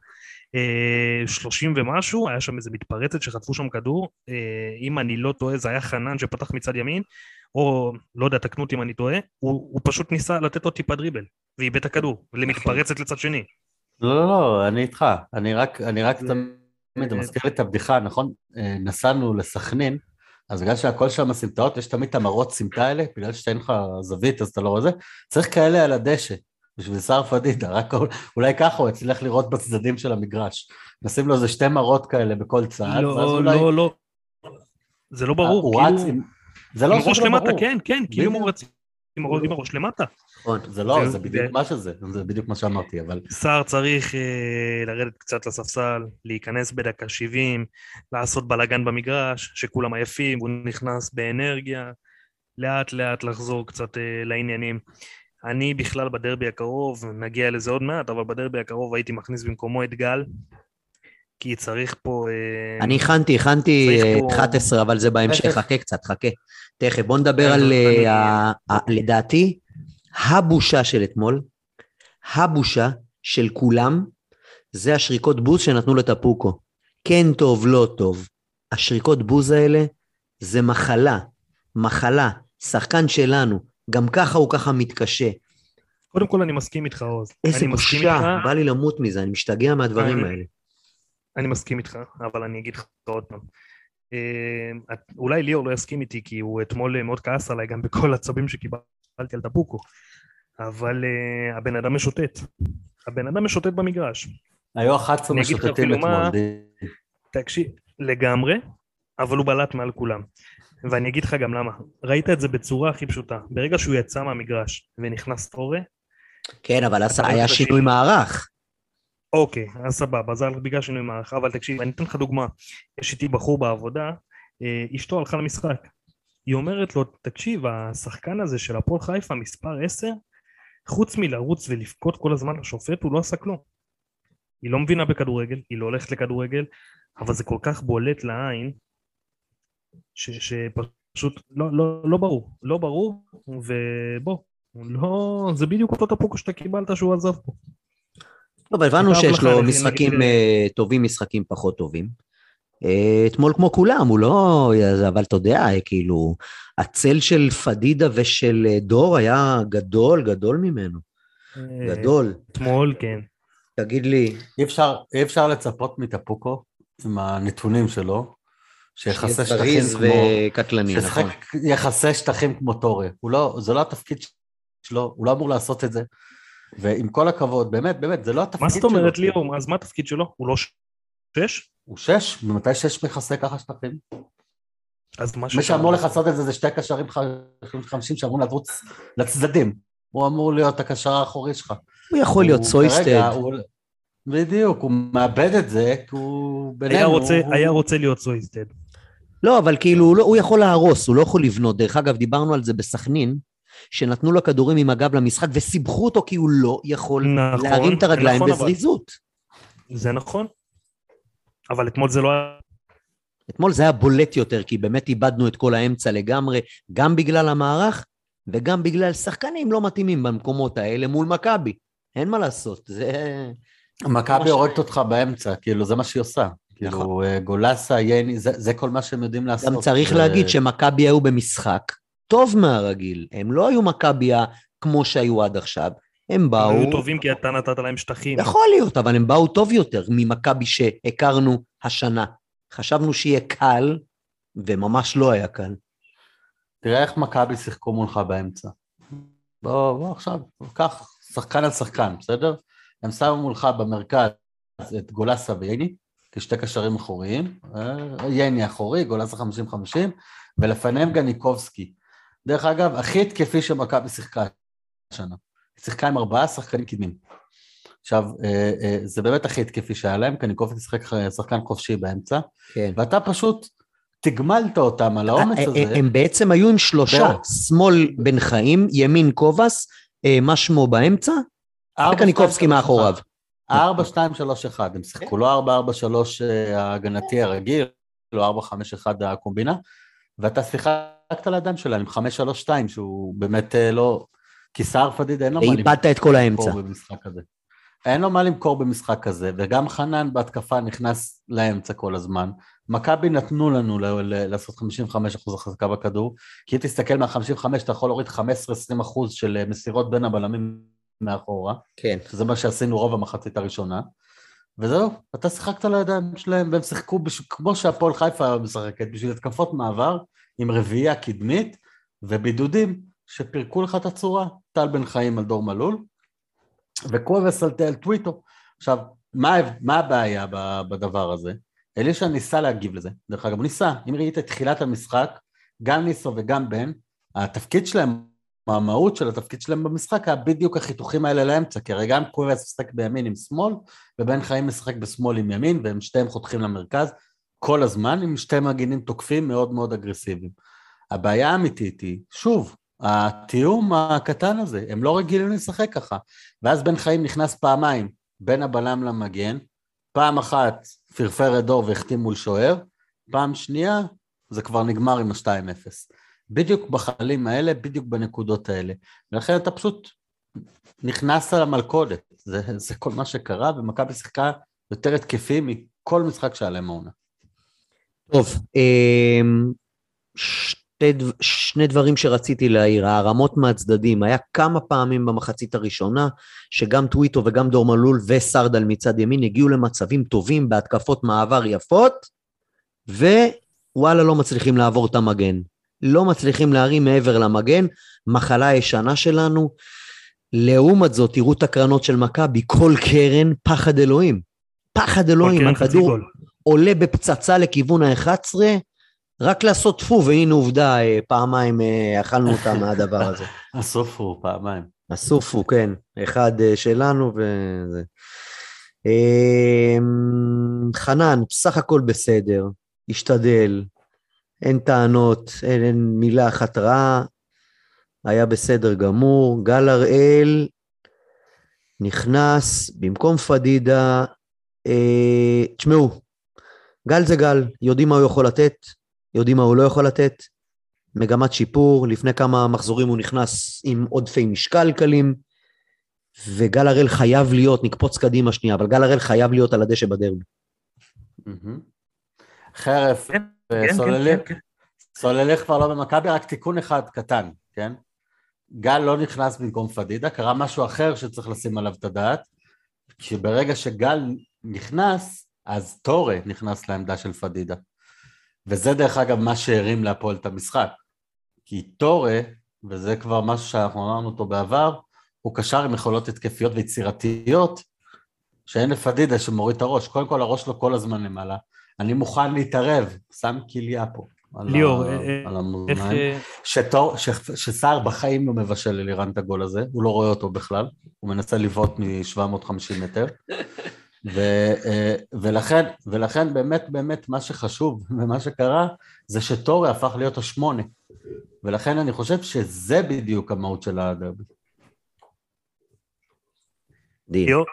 אה, שלושים ומשהו, היה שם איזה מתפרצת שחטפו שם כדור, אה, אם אני לא טועה, זה היה חנן שפתח מצד ימין, או לא יודע, תקנו אותי אם אני טועה, הוא, הוא פשוט ניסה לתת לו טיפה דריבל, ואיבד את הכדור, למתפרצת לצד שני. לא, לא, לא, אני איתך, אני רק, אני רק תמיד, זה מזכיר לי את הבדיחה, נכון? נסענו לסכנין, אז בגלל שהכל שם הסמטאות, יש תמיד את המרות סמטה האלה, בגלל שאין לך זווית, אז אתה לא רואה זה, צריך כאלה על הדשא, בשביל סער פדידה, רק אולי ככה הוא הצליח לראות בצדדים של המגרש. נשים לו איזה שתי מרות כאלה בכל צעד, לא, אולי... לא, לא, זה לא ברור, כאילו... עם... זה לא עם ראש לא למטה, ברור. כן, כן, כאילו הוא רץ... עם הראש למטה. זה לא, זה בדיוק מה שזה, זה בדיוק מה שאמרתי, אבל... סער צריך אה, לרדת קצת לספסל, להיכנס בדקה שבעים, לעשות בלגן במגרש, שכולם עייפים, הוא נכנס באנרגיה, לאט לאט לחזור קצת אה, לעניינים. אני בכלל בדרבי הקרוב, נגיע לזה עוד מעט, אבל בדרבי הקרוב הייתי מכניס במקומו את גל, כי צריך פה... אה, אני הכנתי, הכנתי אחת עשרה, אבל זה בהמשך, חכה קצת, חכה. תכף, בוא נדבר על, לדעתי, הבושה של אתמול, הבושה של כולם, זה השריקות בוז שנתנו לטפוקו. כן טוב, לא טוב. השריקות בוז האלה, זה מחלה, מחלה, שחקן שלנו, גם ככה הוא ככה מתקשה. קודם כל אני מסכים איתך, עוז. איזה בושה, בא לי למות מזה, אני משתגע מהדברים האלה. אני מסכים איתך, אבל אני אגיד לך עוד פעם. אולי ליאור לא יסכים איתי, כי הוא אתמול מאוד כעס עליי, גם בכל הצבים שקיבלתי על טפוקו. אבל הבן אדם משוטט. הבן אדם משוטט במגרש. היו אחת עשרה משוטטים אתמול. תקשיב, לגמרי, אבל הוא בלט מעל כולם. ואני אגיד לך גם למה. ראית את זה בצורה הכי פשוטה. ברגע שהוא יצא מהמגרש ונכנס טורה... כן, אבל היה שינוי מערך. אוקיי, אז סבבה, זה בגלל שינוי מערך. אבל תקשיב, אני אתן לך דוגמה. יש איתי בחור בעבודה, אשתו הלכה למשחק. היא אומרת לו, תקשיב, השחקן הזה של הפועל חיפה, מספר עשר, חוץ מלרוץ ולפקוד כל הזמן לשופט, הוא לא עשה כלום. היא לא מבינה בכדורגל, היא לא הולכת לכדורגל, אבל זה כל כך בולט לעין, ש, שפשוט לא, לא, לא ברור, לא ברור, ובוא, לא, זה בדיוק אותו טפוקו שאתה קיבלת שהוא עזב פה. לא, אבל הבנו שיש לו משחקים טובים, משחקים פחות טובים. אתמול כמו כולם, הוא לא, אבל אתה יודע, כאילו, הצל של פדידה ושל דור היה גדול, גדול ממנו. גדול. אתמול, כן. תגיד לי. אי אפשר, אי אפשר לצפות מטפוקו עם הנתונים שלו, שיחסה שטחים כמו... וקטלני, נכון. יחסה שטחים כמו טורה. הוא לא, זה לא התפקיד שלו, הוא לא אמור לעשות את זה. ועם כל הכבוד, באמת, באמת, זה לא התפקיד שלו. מה זאת אומרת ליאור? אז מה התפקיד שלו? הוא לא שש? הוא שש? ומתי שש מכסה ככה שטחים? אז מה מי שאמור לחסות את זה, זה שתי קשרים חמישים שאמרו לרוץ לצדדים. הוא אמור להיות הקשר האחורי שלך. הוא יכול להיות סויסטד. בדיוק, הוא מאבד את זה, כי הוא בינינו... היה רוצה, הוא... היה רוצה להיות סויסטד. לא, אבל כאילו, הוא, לא, הוא יכול להרוס, הוא לא יכול לבנות. דרך אגב, דיברנו על זה בסכנין, שנתנו לו כדורים עם הגב למשחק, וסיבכו אותו כי הוא לא יכול נכון, להרים את הרגליים נכון, בזריזות. אבל... זה נכון. אבל אתמול זה לא היה... אתמול זה היה בולט יותר, כי באמת איבדנו את כל האמצע לגמרי, גם בגלל המערך, וגם בגלל שחקנים לא מתאימים במקומות האלה מול מכבי. אין מה לעשות, זה... מכבי הורגת אותך באמצע, כאילו זה מה שהיא עושה. כאילו גולסה, יני, זה, זה כל מה שהם יודעים לעשות. גם צריך ו... להגיד שמכבי היו במשחק טוב מהרגיל, הם לא היו מכבי כמו שהיו עד עכשיו, הם באו... הם היו טובים כי אתה נתת להם שטחים. יכול להיות, אבל הם באו טוב יותר ממכבי שהכרנו השנה. חשבנו שיהיה קל, וממש לא היה קל. תראה איך מכבי שיחקו מולך באמצע. בוא, בוא עכשיו, קח שחקן על שחקן, בסדר? הם שמו מולך במרכז את גולסה וייני, כשתי קשרים אחוריים, ייני אחורי, גולסה חמישים חמישים, ולפניהם גניקובסקי. דרך אגב, הכי התקפי שמכבי שיחקה השנה. היא שיחקה עם ארבעה שחקנים קדמים. עכשיו, זה באמת הכי התקפי שהיה להם, גניקובסקי שיחק שחקן חופשי באמצע, כן. ואתה פשוט תגמלת אותם על האומץ הזה. הם בעצם היו עם שלושה, שמאל בן חיים, ימין קובס, מה שמו באמצע, וקניקובסקי מאחוריו. ארבע שתיים שלוש אחת, הם שיחקו לא ארבע ארבע שלוש ההגנתי הרגיל, לא ארבע חמש אחת הקומבינה, ואתה שיחקת על הידיים שלהם, עם חמש שלוש שתיים, שהוא באמת לא... כי סער פדידה אין לו מה למכור. ואיבדת את כל האמצע. אין לו מה למכור במשחק כזה, וגם חנן בהתקפה נכנס לאמצע כל הזמן. מכבי נתנו לנו לעשות חמישים וחמישה אחוז החזקה בכדור, כי אם תסתכל מה-חמישים וחמש, אתה יכול להוריד חמש עשרה עשרים אחוז של מסירות בין הבלמים מאחורה. כן. שזה מה שעשינו רוב המחצית הראשונה. וזהו, אתה שיחקת על הידיים שלהם, והם שיחקו בש... כמו שהפועל חיפה משחקת, בשביל התקפות מעבר, עם רביעייה קדמית, ובידודים שפירקו לך את הצורה, טל בן חיים על דור מלול, וקובס על תל טוויטו. עכשיו, מה, מה הבעיה בדבר הזה? אלישע ניסה להגיב לזה, דרך אגב, הוא ניסה, אם ראית את תחילת המשחק, גם ניסו וגם בן, התפקיד שלהם, המהות של התפקיד שלהם במשחק, היה בדיוק החיתוכים האלה לאמצע, כי הרי גם קובס משחק בימין עם שמאל, ובן חיים משחק בשמאל עם ימין, והם שתיהם חותכים למרכז, כל הזמן, עם שתי מגינים תוקפים מאוד מאוד אגרסיביים. הבעיה האמיתית היא, שוב, התיאום הקטן הזה, הם לא רגילים לשחק ככה, ואז בן חיים נכנס פעמיים, בין הבלם למגן, פעם אחת פרפר את דור והחתים מול שוער, פעם שנייה זה כבר נגמר עם ה-שתיים אפס. בדיוק בחללים האלה, בדיוק בנקודות האלה, ולכן אתה פשוט נכנס על המלכודת, זה, זה כל מה שקרה, ומכבי שיחקה יותר התקפי מכל משחק שעליהם העונה. טוב, ש... שני דברים שרציתי להעיר, הרמות מהצדדים, היה כמה פעמים במחצית הראשונה, שגם טוויטו וגם דור מלול וסרדל מצד ימין, הגיעו למצבים טובים, בהתקפות מעבר יפות, ווואלה לא מצליחים לעבור את המגן, לא מצליחים להרים מעבר למגן, מחלה ישנה שלנו, לעומת זאת, תראו את הקרנות של מכבי, כל קרן פחד אלוהים, פחד אלוהים, הכדור עולה בפצצה לכיוון ה-אחת עשרה, רק לעשות פו, והנה עובדה, פעמיים אכלנו אותה מהדבר הזה. הסופו, פעמיים. הסופו, כן. אחד שלנו וזה. חנן, בסך הכל בסדר, השתדל, אין טענות, אין, אין מילה אחת רעה, היה בסדר גמור, גל הראל נכנס, במקום פדידה, אה, תשמעו, גל זה גל, יודעים מה הוא יכול לתת, יודעים מה הוא לא יכול לתת, מגמת שיפור, לפני כמה מחזורים הוא נכנס עם עודפי משקל קלים, וגל הראל חייב להיות, נקפוץ קדימה שנייה, אבל גל הראל חייב להיות על הדשא בדרבי. חרף, סוללך כבר לא במכבי, רק תיקון אחד קטן, כן? גל לא נכנס במקום פדידה, קרה משהו אחר שצריך לשים עליו את הדעת, שברגע שגל נכנס, אז טורה נכנס לעמדה של פדידה. וזה דרך אגב מה שהרים להפועל את המשחק. כי טורה, וזה כבר משהו שאנחנו אמרנו אותו בעבר, הוא קשר עם יכולות התקפיות ויצירתיות, שאין לפדידה שמוריד את הראש, קודם כל הראש לו כל הזמן למעלה, אני מוכן להתערב, שם כליה פה, ליאור, על איך... המאזניים. שסער בחיים לא מבשל ללירן את הגול הזה, הוא לא רואה אותו בכלל, הוא מנסה לבעוט מ-שבע מאות וחמישים מטר, ולכן, ולכן באמת באמת מה שחשוב ומה שקרה, זה שטורי הפך להיות השמונה, ולכן אני חושב שזה בדיוק המהות של הדרבי. ליאור?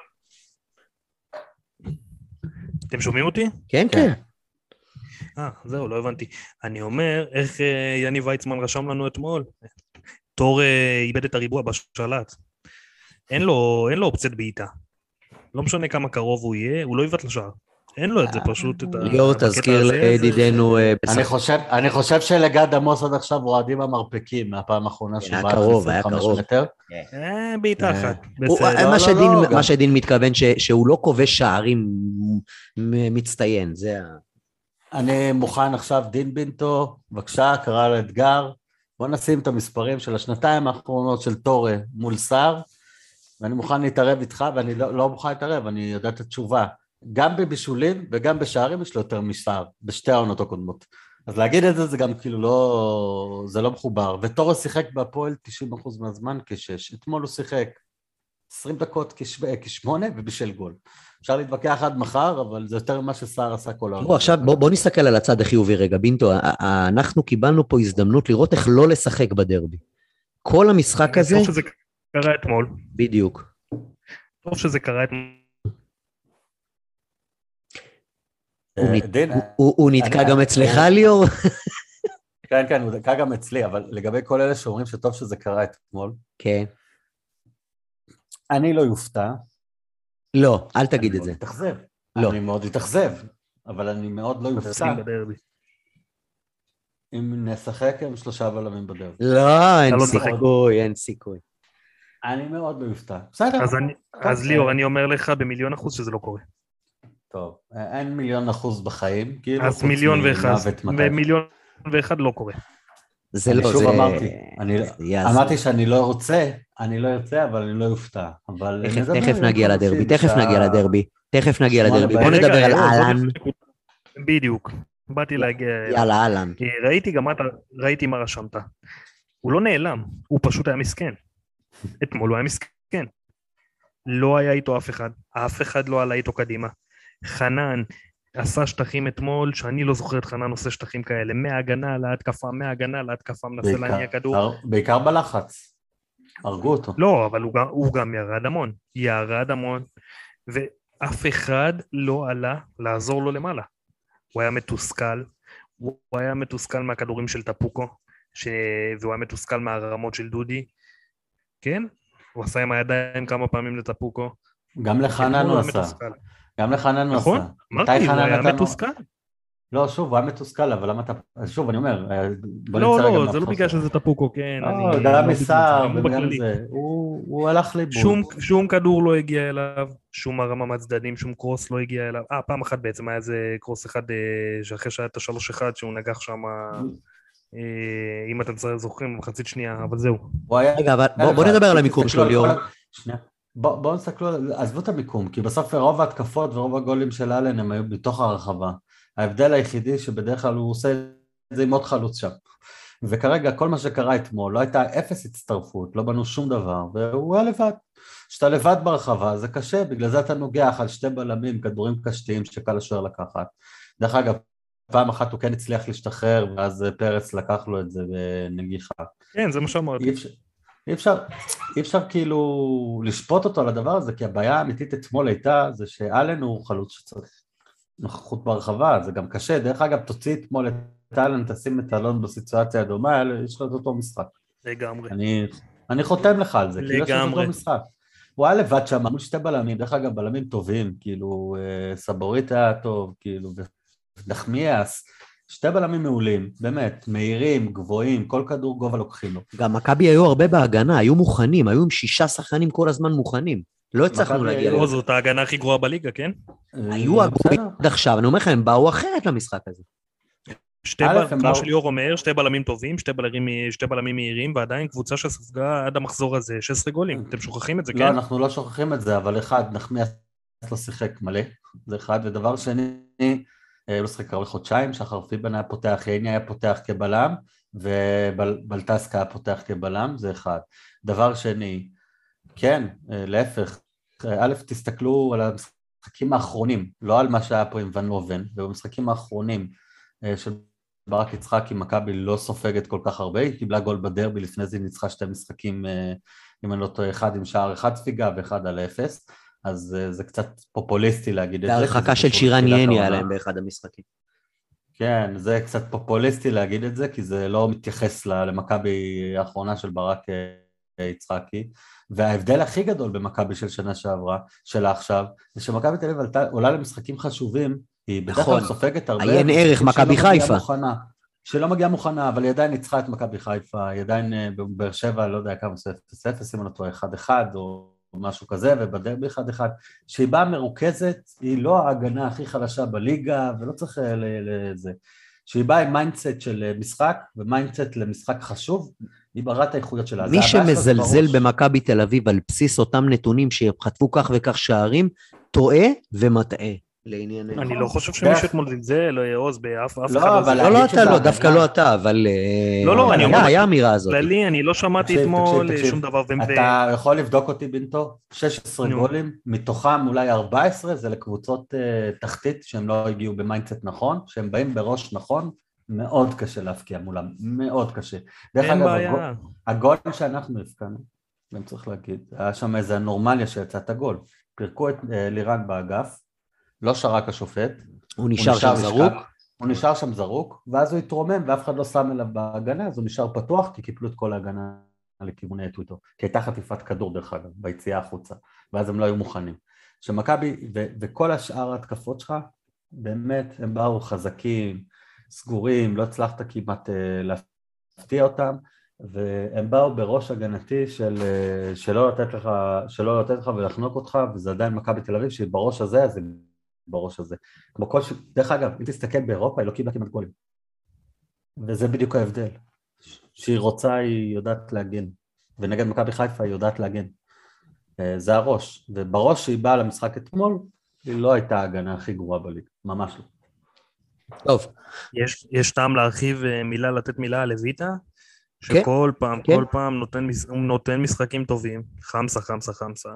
אתם שומעים אותי? כן, כן. אה, זהו, לא הבנתי. אני אומר, איך יניב ויצמן רשם לנו אתמול? תור איבד את הריבוע בשלט. אין לו, אין לו אופציית בעיטה. לא משנה כמה קרוב הוא יהיה, הוא לא יבט לשער. אין לו את זה פשוט. ליאור, תזכיר לידידנו... אני חושב שלגד עמוס עד עכשיו רועדים המרפקים מהפעם האחרונה שהוא היה קרוב, היה קרוב. בעיטה אחת. מה שדין מתכוון שהוא לא כובש שערים מצטיין, זה ה... אני מוכן עכשיו, דין בינטו, בבקשה, קרא לאתגר, בוא נשים את המספרים של השנתיים האחרונות של טורה מול סער, ואני מוכן להתערב איתך, ואני לא, לא מוכן להתערב, אני יודע את התשובה. גם בבישולים וגם בשערים יש לו יותר מסער, בשתי העונות הקודמות. אז להגיד את זה, זה גם כאילו לא, זה לא מחובר. וטורה שיחק בהפועל תשעים אחוז מהזמן כשש. אתמול הוא שיחק עשרים דקות כשמונה ובישל גול. אפשר להתווכח עד מחר, אבל זה יותר ממה שסער עשה כל העונה. בוא, עכשיו, בוא, בוא נסתכל על הצד החיובי רגע, בינטו, אנחנו קיבלנו פה הזדמנות לראות איך לא לשחק בדרבי. כל המשחק הזה... טוב שזה קרה אתמול. בדיוק. טוב שזה קרה אתמול. הוא נתקע גם אצלך, ליאור? כן, כן, הוא נתקע גם אצלי, אבל לגבי כל אלה שאומרים שטוב שזה קרה אתמול, כן. אני לא יופתע. לא, אל תגיד את זה. אני מאוד התאכזב. אני מאוד התאכזב, אבל אני מאוד לא יופתע. אם נשחק עם שלושה בלמים בדרבי. לא, אין סיכוי, אין סיכוי. אני מאוד לא יופתע. בסדר. אז ליאור, אני אומר לך במיליון אחוז שזה לא קורה. טוב, אין מיליון אחוז בחיים. אז מיליון ואחד, ומיליון ואחד לא קורה. זה לא, זה... שוב אמרתי, אמרתי שאני לא רוצה, אני לא יוצא, אבל אני לא יופתע. תכף נגיע לדרבי, תכף נגיע לדרבי, תכף נגיע לדרבי. בוא נדבר על אהלן. בדיוק, באתי להגיע... יאללה, אהלן. ראיתי גם, ראיתי מה רשמת. הוא לא נעלם, הוא פשוט היה מסכן. אתמול הוא היה מסכן. לא היה איתו אף אחד, אף אחד לא עלה איתו קדימה. חנן עשה שטחים אתמול, שאני לא זוכר את חנן עושה שטחים כאלה, מהגנה להתקפה, מהגנה להתקפה, מנסה להניע כדור. בעיקר בלחץ, הרגו אותו. לא, אבל הוא גם, הוא גם ירד המון, ירד המון, ואף אחד לא עלה לעזור לו למעלה. הוא היה מתוסכל, הוא היה מתוסכל מהכדורים של טפוקו, ש... והוא היה מתוסכל מהרמות של דודי, כן? הוא עשה עם הידיים כמה פעמים לטפוקו. גם לחנן הוא עשה. גם לחנן הוא עשה. נכון? אמרתי, הוא היה מתוסכל. לא, שוב, הוא היה מתוסכל, אבל למה אתה... שוב, אני אומר... לא, לא, זה לא בגלל שזה טפוקו, כן. גם מסער, וגם זה. הוא הלך לאיבוד. שום כדור לא הגיע אליו, שום הרמה מהצדדים, שום קרוס לא הגיע אליו. אה, פעם אחת בעצם היה איזה קרוס אחד, שאחרי שהיה את השלוש אחד, שהוא נגח שם... אם אתם זוכרים, מחצית שנייה, אבל זהו. רגע, אבל בוא נדבר על המיקום שלו, ליאור. שנייה. בואו נסתכלו, עזבו את המיקום, כי בסוף רוב ההתקפות ורוב הגולים של אלן הם היו בתוך הרחבה. ההבדל היחידי שבדרך כלל הוא עושה את זה עם עוד חלוץ שם. וכרגע כל מה שקרה אתמול, לא הייתה אפס הצטרפות, לא בנו שום דבר, והוא היה לבד. כשאתה לבד ברחבה זה קשה, בגלל זה אתה נוגח על שתי בלמים, כדורים קשתיים שקל לשוער לקחת. דרך אגב, פעם אחת הוא כן הצליח להשתחרר, ואז פרץ לקח לו את זה בנגיחה. כן, זה מה שאמרתי. אי אפשר, אי אפשר כאילו לשפוט אותו על הדבר הזה, כי הבעיה האמיתית אתמול הייתה, זה שאלן הוא חלוץ שצריך נוכחות ברחבה, זה גם קשה. דרך אגב, תוציא אתמול את אלן, תשים את אלון בסיטואציה הדומה, יש לו את אותו משחק. לגמרי. אני, אני חותם לך על זה, כאילו יש לו את אותו משחק. הוא היה לבד שם, מול שתי בלמים, דרך אגב, בלמים טובים, כאילו סבורית היה טוב, כאילו, נחמיאס, שתי בלמים מעולים, באמת, מהירים, גבוהים, כל כדור גובה לוקחים לו. גם מכבי היו הרבה בהגנה, היו מוכנים, היו עם שישה שחקנים כל הזמן מוכנים. לא הצלחנו להגיע לזה. זאת ההגנה הכי גרועה בליגה, כן? היו הגרועים עד עכשיו, אני אומר לך, הם באו אחרת למשחק הזה. שתי בלמים, כמו שליאור אומר, שתי בלמים טובים, שתי בלמים מהירים, ועדיין קבוצה שספגה עד המחזור הזה, שש עשרה גולים. אתם שוכחים את זה, כן? לא, אנחנו לא שוכחים את זה, אבל אחד, נחמיאס לא שיחק מלא, זה אחד, ודבר שני, הוא לא שחק הרבה חודשיים, שחר פיבן היה פותח, ייני היה פותח כבלם, ובלטסקה היה פותח כבלם, זה אחד. דבר שני, כן, להפך, א', תסתכלו על המשחקים האחרונים, לא על מה שהיה פה עם ון לובן, ובמשחקים האחרונים של ברק יצחק, עם מכבי לא סופגת כל כך הרבה, היא קיבלה גול בדרבי, לפני זה ניצחה שתי משחקים, אם אני לא טועה, אחד עם שער אחד ספיגה ואחד על אפס, אז זה קצת פופוליסטי להגיד את זה. והרחקה של שירן ייני עליהם באחד המשחקים. כן, זה קצת פופוליסטי להגיד את זה, כי זה לא מתייחס למכבי האחרונה של ברק יצחקי, וההבדל הכי גדול במכבי של שנה שעברה, שלה עכשיו, זה שמכבי תל אביב עולה למשחקים חשובים, היא בדרך כלל סופגת הרבה, עיין ערך מכבי חיפה. שלא מגיעה מוכנה, אבל היא עדיין ניצחה את מכבי חיפה, היא עדיין בבאר שבע, לא יודע כמה זה אפס אפס, אם אני טועה אחד אחד, או משהו כזה, ובדרבי אחד אחד, שהיא באה מרוכזת, היא לא ההגנה הכי חלשה בליגה, ולא צריך לזה, שהיא באה עם מיינדסט של משחק, ומיינדסט למשחק חשוב, היא בראת האיכויות שלה. מי שמזלזל במכבי תל אביב על בסיס אותם נתונים שחטפו כך וכך שערים, טועה ומטעה. אני לא חושב שמישהו אתמול זלזל, לא יעוז באף אחד. לא, לא אתה, לא, דווקא לא אתה, אבל לא, לא, אני אומר, היה אמירה הזאת. כללי, אני לא שמעתי אתמול שום דבר. אתה יכול לבדוק אותי בנתו, שש עשרה גולים, מתוכם אולי ארבע עשרה, זה לקבוצות תחתית שהם לא הגיעו במיינדסט נכון, שהם באים בראש נכון, מאוד קשה להפקיע מולם, מאוד קשה. דרך אגב, הגול שאנחנו הפקענו, אני צריך להגיד, היה שם איזה אנורמליה שיצא את הגול, פירקו את לירן באגף, לא שרק השופט, הוא נשאר שם זרוק, הוא נשאר שם זרוק, ואז הוא התרומם, ואף אחד לא שם אליו בהגנה, אז הוא נשאר פתוח, כי קיפלו את כל ההגנה לכיווני הטוויטו, כי הייתה חטיפת כדור דרך אגב, ביציאה החוצה, ואז הם לא היו מוכנים. שמכבי, וכל השאר ההתקפות שלך, באמת, הם באו חזקים, סגורים, לא הצלחת כמעט להפתיע אותם, והם באו בראש הגנתי של, שלא לתת לך, שלא לתת לך ולחנוק אותך, וזה עדיין מכבי תל אביב, שהיא בראש הזה, אז בראש הזה. כמו כל ש... דרך אגב, אם תסתכל באירופה, היא לא קיבלה כמעט גולים. וזה בדיוק ההבדל. שהיא רוצה, היא יודעת להגן. ונגד מכבי חיפה, היא יודעת להגן. זה הראש. ובראש שהיא באה למשחק אתמול, היא לא הייתה ההגנה הכי גרועה בליג. ממש לא. טוב. יש, יש טעם להרחיב מילה, לתת מילה על לויטה, שכל כן, פעם, כן. כל פעם נותן, נותן משחקים טובים. חמסה, חמסה, חמסה.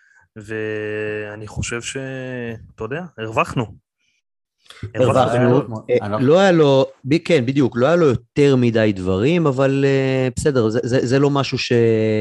ואני חושב ש... אתה יודע, הרווחנו. הרווחנו. לא היה לו, כן, בדיוק, לא היה לו יותר מדי דברים, אבל בסדר, זה לא משהו ש...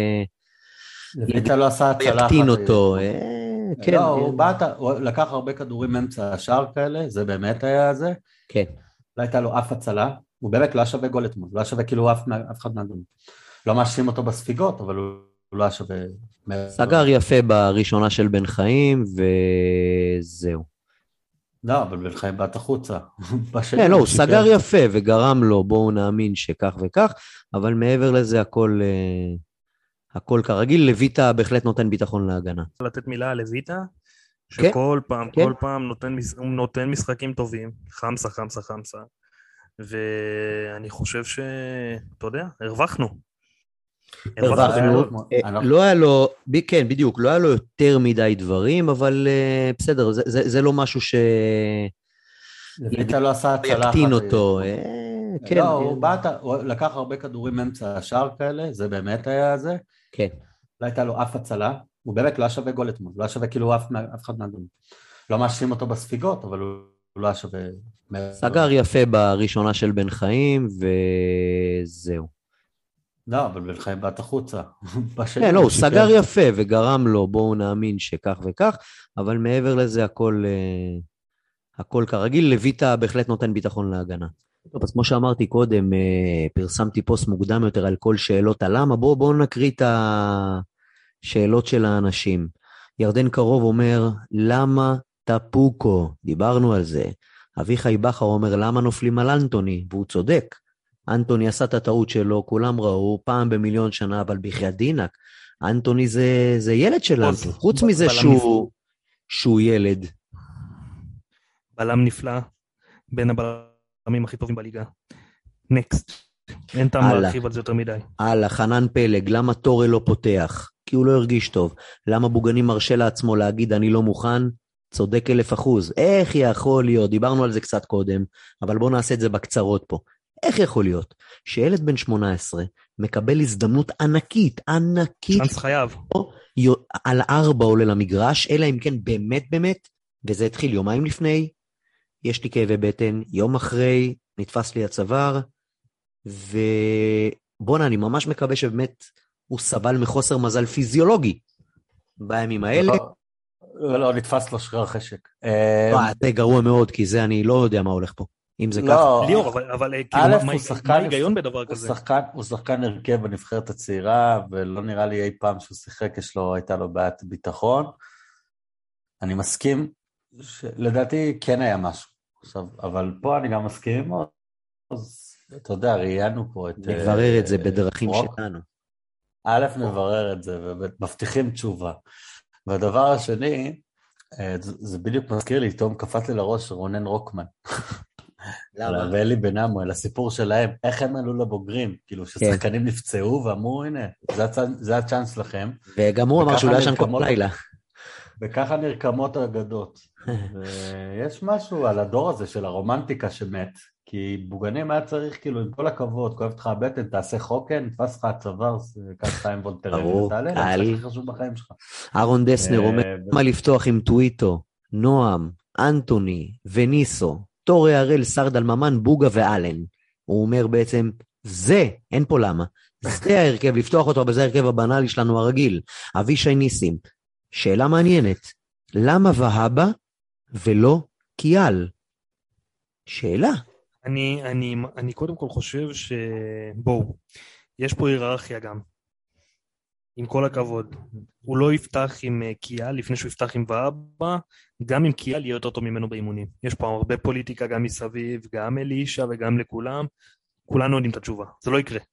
לויטה לא עשה הצלה. יקטין אותו. לא, הוא לקח הרבה כדורים מאמצע השאר כאלה, זה באמת היה זה. כן. לא הייתה לו אף הצלה, הוא באמת לא היה שווה גול אתמול, לא היה שווה כאילו אף אחד מהגולים. לא מאשים אותו בספיגות, אבל הוא... לא שווה... סגר יפה בראשונה של בן חיים, וזהו. לא, אבל בן חיים באת החוצה. כן, לא, הוא סגר יפה, וגרם לו, בואו נאמין שכך וכך, אבל מעבר לזה הכל, הכל כרגיל, לויטה בהחלט נותן ביטחון להגנה. לתת מילה על לויטה, שכל פעם, כל פעם נותן משחקים טובים, חמסה, חמסה, חמסה, ואני חושב ש... אתה יודע, הרווחנו. הרווחנו, לא היה לו, כן, בדיוק, לא היה לו יותר מדי דברים, אבל בסדר, זה לא משהו ש... לויטה לא עשה הצלה. יקטין אותו. לא, הוא לקח הרבה כדורים מאמצע השאר כאלה, זה באמת היה זה. כן. לא הייתה לו אף הצלה, הוא באמת לא היה שווה גול אתמול, לא היה שווה כאילו אף אחד מהגולים. לא מאשים אותו בספיגות, אבל הוא לא היה שווה... סגר יפה בראשונה של בן חיים, וזהו. לא, אבל בן חיים באת החוצה. כן, לא, הוא סגר יפה וגרם לו, בואו נאמין שכך וכך, אבל מעבר לזה הכל, הכל כרגיל, לויטה בהחלט נותן ביטחון להגנה. טוב, אז כמו שאמרתי קודם, פרסמתי פוסט מוקדם יותר על כל שאלות הלמה, בואו בוא נקריא את השאלות של האנשים. ירדן קרוב אומר, למה טפוקו? דיברנו על זה. אביחי בכר אומר, למה נופלים על אנטוני? והוא צודק. אנטוני עשה את הטעות שלו, כולם ראו, פעם במיליון שנה, אבל בחייאת דינק, אנטוני זה, זה ילד שלנו, חוץ מזה שהוא, שהוא ילד. בלם נפלא, בין הבלמים הכי טובים בליגה. נקסט, אין טעם להרחיב על זה יותר מדי. הלאה, חנן פלג, למה טורי לא פותח? כי הוא לא הרגיש טוב. למה בוגני מרשה לעצמו להגיד, אני לא מוכן? צודק אלף אחוז. איך יכול להיות, דיברנו על זה קצת קודם, אבל בואו נעשה את זה בקצרות פה. איך יכול להיות שילד בן שמונה עשרה מקבל הזדמנות ענקית, ענקית, צ'אנס חייב. על ארבע עולה למגרש, אלא אם כן באמת באמת, וזה התחיל יומיים לפני, יש לי כאבי בטן, יום אחרי, נתפס לי הצוואר, ובואנה, אני ממש מקווה שבאמת הוא סבל מחוסר מזל פיזיולוגי בימים האלה. לא, לא, נתפס לו שריר חשק. זה גרוע מאוד, כי זה אני לא יודע מה הולך פה. אם זה ככה. ליאור, אבל מה ההיגיון בדבר כזה? הוא שחקן הרכב בנבחרת הצעירה, ולא נראה לי אי פעם שהוא שיחק, יש לו, הייתה לו בעיית ביטחון. אני מסכים, לדעתי כן היה משהו. אבל פה אני גם מסכים, אז אתה יודע, ראיינו פה את... נברר את זה בדרכים שלנו. א', נברר את זה, ומבטיחים תשובה. והדבר השני, זה בדיוק מזכיר לי, תום קפץ לי לראש רונן רוקמן. למה? ואלי בן עמואל, הסיפור שלהם, איך הם עלו לבוגרים, כאילו ששחקנים נפצעו ואמרו, הנה, זה הצ'אנס לכם. וגם הוא אמר שהוא לא ישן כל לילה. וככה נרקמות האגדות. ויש משהו על הדור הזה של הרומנטיקה שמת, כי בוגנים היה צריך, כאילו, עם כל הכבוד, כואב לך הבטן, תעשה חוקן, תפס לך הצוואר, קח חיים וולטרן, ותעלה, זה הכי חשוב בחיים שלך. אהרון דסנר אומר, מה לפתוח עם טוויטו, נועם, אנטוני וניסו, תורי הראל, סרדל ממן, בוגה ואלן. הוא אומר בעצם, זה, אין פה למה, זה ההרכב, לפתוח אותו, אבל זה ההרכב הבנאלי שלנו הרגיל. אבישי ניסים, שאלה מעניינת, למה והבה ולא קיאל? שאלה. אני, אני, אני קודם כל חושב שבואו, יש פה היררכיה גם. עם כל הכבוד. הוא לא יפתח עם קיאל לפני שהוא יפתח עם והבה, גם עם קיאל יהיה יותר טוב ממנו באימונים. יש פה הרבה פוליטיקה גם מסביב, גם אלישה וגם לכולם. כולנו יודעים את התשובה. זה לא יקרה.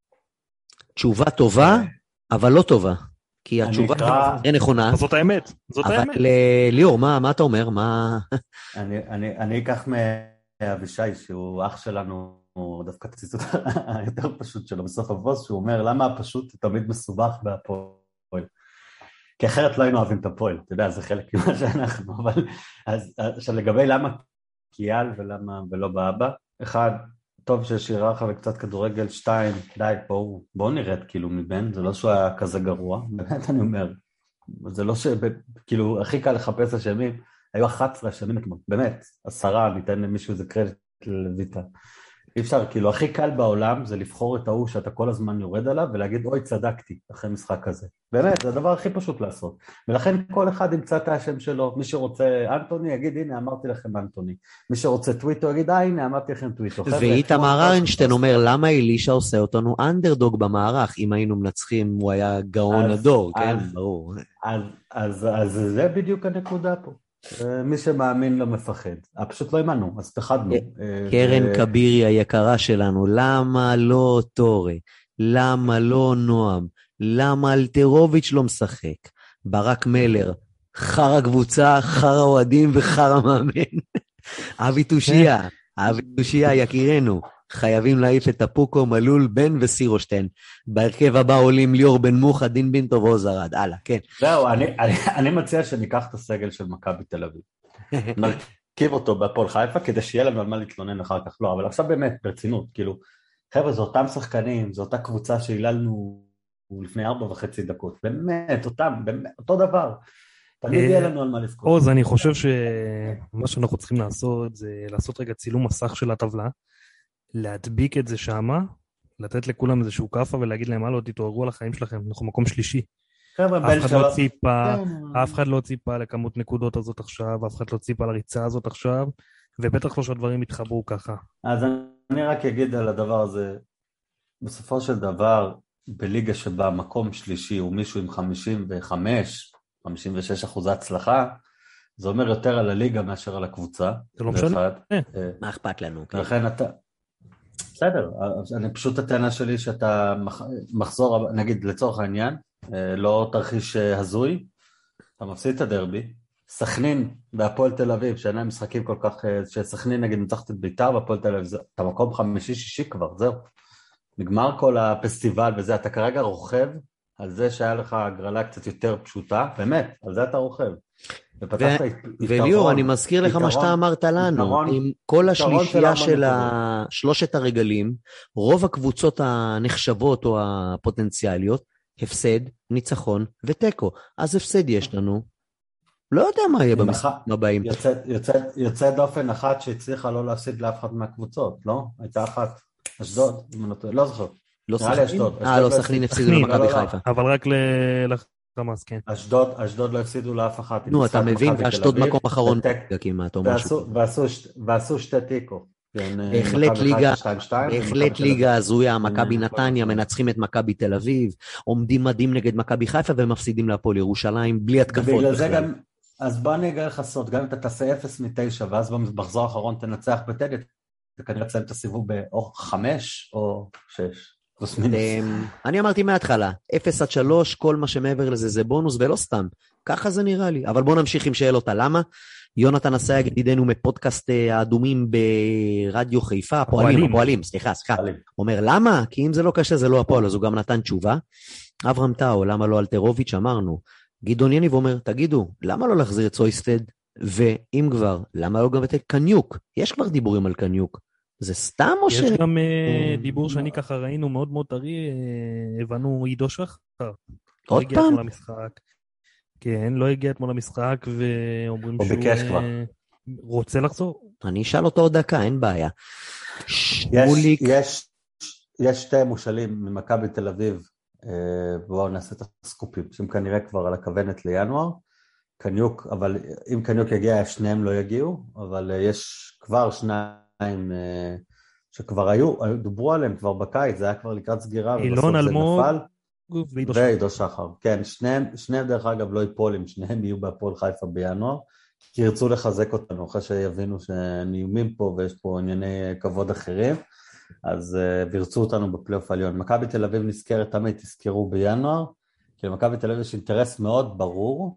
תשובה טובה, אבל לא טובה. כי התשובה היא נכונה. זאת האמת. זאת האמת. אבל ליאור, מה, מה אתה אומר? מה... אני, אני, אני אקח מאבישי, שהוא אח שלנו, הוא דווקא ציטוט היותר פשוט שלו בסוף הבוס, שהוא אומר, למה הפשוט תמיד מסובך בהפועל? כי אחרת לא היינו אוהבים את הפועל, אתה יודע, זה חלק ממה שאנחנו, אבל, אז, עכשיו לגבי למה קיאל ולמה ולא באבא, אחד, טוב שיש היררכיה וקצת כדורגל, שתיים, די, בואו, בואו נרד כאילו מבן, זה לא שהוא היה כזה גרוע, באמת אני אומר, זה לא ש... כאילו, הכי קל לחפש אשמים, היו אחת עשרה אשמים, באמת, עשרה, ניתן למישהו איזה קרדיט לויטה. אי אפשר, כאילו, הכי קל בעולם זה לבחור את ההוא שאתה כל הזמן יורד עליו, ולהגיד, אוי, צדקתי, אחרי משחק כזה. באמת, זה הדבר הכי פשוט לעשות. ולכן כל אחד ימצא את השם שלו, מי שרוצה אנטוני, יגיד, הנה, אמרתי לכם אנטוני. מי שרוצה טוויטו, יגיד, אה, הנה, אמרתי לכם טוויטו. ואיתמר ארנשטיין אומר, למה אלישה עושה אותנו אנדרדוג במערך? אם היינו מנצחים, הוא היה גאון הדור, כן? ברור. אז זה בדיוק הנקודה פה. מי שמאמין לא מפחד. פשוט לא אימנו, אז פחדנו. קרן קבירי היקרה שלנו, למה לא טורי? למה לא נועם? למה אלטרוביץ' לא משחק? ברק מלר, חר הקבוצה, חר האוהדים וחר המאמן. אבי תושיה, אבי תושיה יקירנו. חייבים להעיף את הפוקו, מלול, בן וסירושטיין. בהרכב הבא עולים ליאור בן מוחה, דין בינטוב ועוזרד. הלאה, כן. זהו, אני, אני, אני מציע שניקח את הסגל של מכבי תל אביב. נרכיב אותו בהפועל חיפה, כדי שיהיה לנו על מה להתלונן אחר כך. לא, אבל עכשיו באמת, ברצינות, כאילו, חבר'ה, זה אותם שחקנים, זו אותה קבוצה שהיללנו לפני ארבע וחצי דקות. באמת, אותם, באמת, אותו דבר. תמיד יהיה לנו על מה לפקוד. עוז, אני חושב שמה שאנחנו צריכים לעשות, זה לעשות רגע צילום מסך של הטבלה, להדביק את זה שמה, לתת לכולם איזשהו קפה ולהגיד להם, הלו, תתעוררו על החיים שלכם, אנחנו מקום שלישי. אף אחד לא ציפה, אף אחד לא ציפה לכמות נקודות הזאת עכשיו, אף אחד לא ציפה לריצה הזאת עכשיו, ובטח לא שהדברים יתחברו ככה. אז אני רק אגיד על הדבר הזה, בסופו של דבר, בליגה שבה מקום שלישי הוא מישהו עם חמישים וחמש, חמישים ושש אחוז הצלחה, זה אומר יותר על הליגה מאשר על הקבוצה. זה לא משנה. מה אכפת לנו? לכן אתה... בסדר, אני פשוט הטענה שלי שאתה מחזור, נגיד לצורך העניין, לא תרחיש הזוי, אתה מפסיד את הדרבי, סכנין והפועל תל אביב, שאינם משחקים כל כך, שסכנין נגיד מצחת את ביתר והפועל תל אביב, אתה מקום חמישי-שישי כבר, זהו. נגמר כל הפסטיבל וזה, אתה כרגע רוכב על זה שהיה לך הגרלה קצת יותר פשוטה, באמת, על זה אתה רוכב. ופתחת וליאור, אני מזכיר לך מה שאתה אמרת לנו, עם כל השלישייה של שלושת הרגלים, רוב הקבוצות הנחשבות או הפוטנציאליות, הפסד, ניצחון וטקו. אז הפסד יש לנו, לא יודע מה יהיה במשחקים הבאים. יוצא דופן אחת שהצליחה לא להפסיד לאף אחד מהקבוצות, לא? הייתה אחת, אשדוד, לא זוכר. לא סכנין? אה, לא סכנין הפסידו למכבי חיפה. אבל רק לחמאס, כן. אשדוד לא הפסידו לאף אחת. נו, אתה מבין, ואשדוד מקום אחרון כמעט, או משהו. ועשו שתי טיקו. בהחלט ליגה הזויה, מכבי נתניה, מנצחים את מכבי תל אביב, עומדים מדהים נגד מכבי חיפה, ומפסידים להפועל ירושלים, בלי התקפות בכלל. אז בוא אני אגלה לך סוד, גם אם אתה תעשה אפס מתשע, ואז במחזור האחרון תנצח בטדי, אתה כנראה תסיים את הסיבוב באור חמש או שש. אני אמרתי מההתחלה, אפס עד שלוש, כל מה שמעבר לזה זה בונוס, ולא סתם, ככה זה נראה לי. אבל בוא נמשיך עם שאלות, למה? יונתן אסייג ידידנו מפודקאסט האדומים ברדיו חיפה, הפועלים, הפועלים, סליחה, סליחה, אומר למה? כי אם זה לא קשה זה לא הפועל, אז הוא גם נתן תשובה. אברהם טאו, למה לא אלטרוביץ', אמרנו. גדעון יניב אומר, תגידו, למה לא להחזיר את סויסטד? ואם כבר, למה לא גם את קניוק? יש כבר דיבורים על קניוק. זה סתם או ש... יש גם דיבור שאני ככה ראינו מאוד מאוד טרי, הבנו עידו שחר. עוד פעם? כן, לא הגיע אתמול למשחק, ואומרים שהוא רוצה לחזור. אני אשאל אותו עוד דקה, אין בעיה. יש שתי מושלים ממכבי תל אביב, בואו נעשה את הסקופים, שהם כנראה כבר על הכוונת לינואר, קניוק, אבל אם קניוק יגיע, שניהם לא יגיעו, אבל יש כבר שניים שכבר היו, דוברו עליהם כבר בקיץ, זה היה כבר לקראת סגירה, אילון אלמוג ועידו שחר. כן, שניהם, שניהם דרך אגב לא ייפולים, שניהם יהיו בהפועל חיפה בינואר, כי ירצו לחזק אותנו, אחרי שיבינו שהם איומים פה, ויש פה ענייני כבוד אחרים, אז וירצו אותנו בפלייאוף העליון. מכבי תל אביב נזכרת תמיד, תזכרו בינואר, כי למכבי תל אביב יש אינטרס מאוד ברור,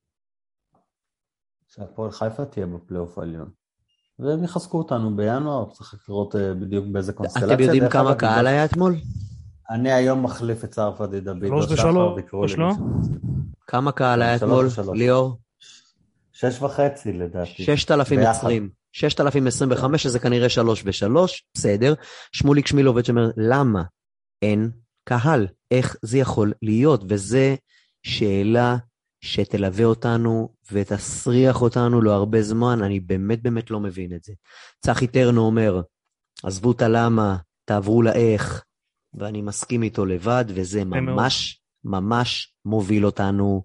שהפועל חיפה תהיה בפלייאוף העליון. והם יחזקו אותנו בינואר, צריך לראות בדיוק באיזה קונסטלציה. אתם יודעים כמה קהל היה אתמול? אני היום מחליף את צער פדיד דוד. שלוש ושלוש, לא? כמה קהל היה אתמול, ליאור? שש וחצי לדעתי. ששת אלפים עשרים. ששת אלפים עשרים וחמש, שזה כנראה שלוש ושלוש, בסדר. שמוליק שמילוביץ' אומר, למה אין קהל? איך זה יכול להיות? וזה שאלה שתלווה אותנו ותסריח אותנו לא הרבה זמן, אני באמת באמת לא מבין את זה. צחי טרנו אומר, עזבו את הלמה, תעברו לאיך, ואני מסכים איתו לבד, וזה ממש ממש מוביל אותנו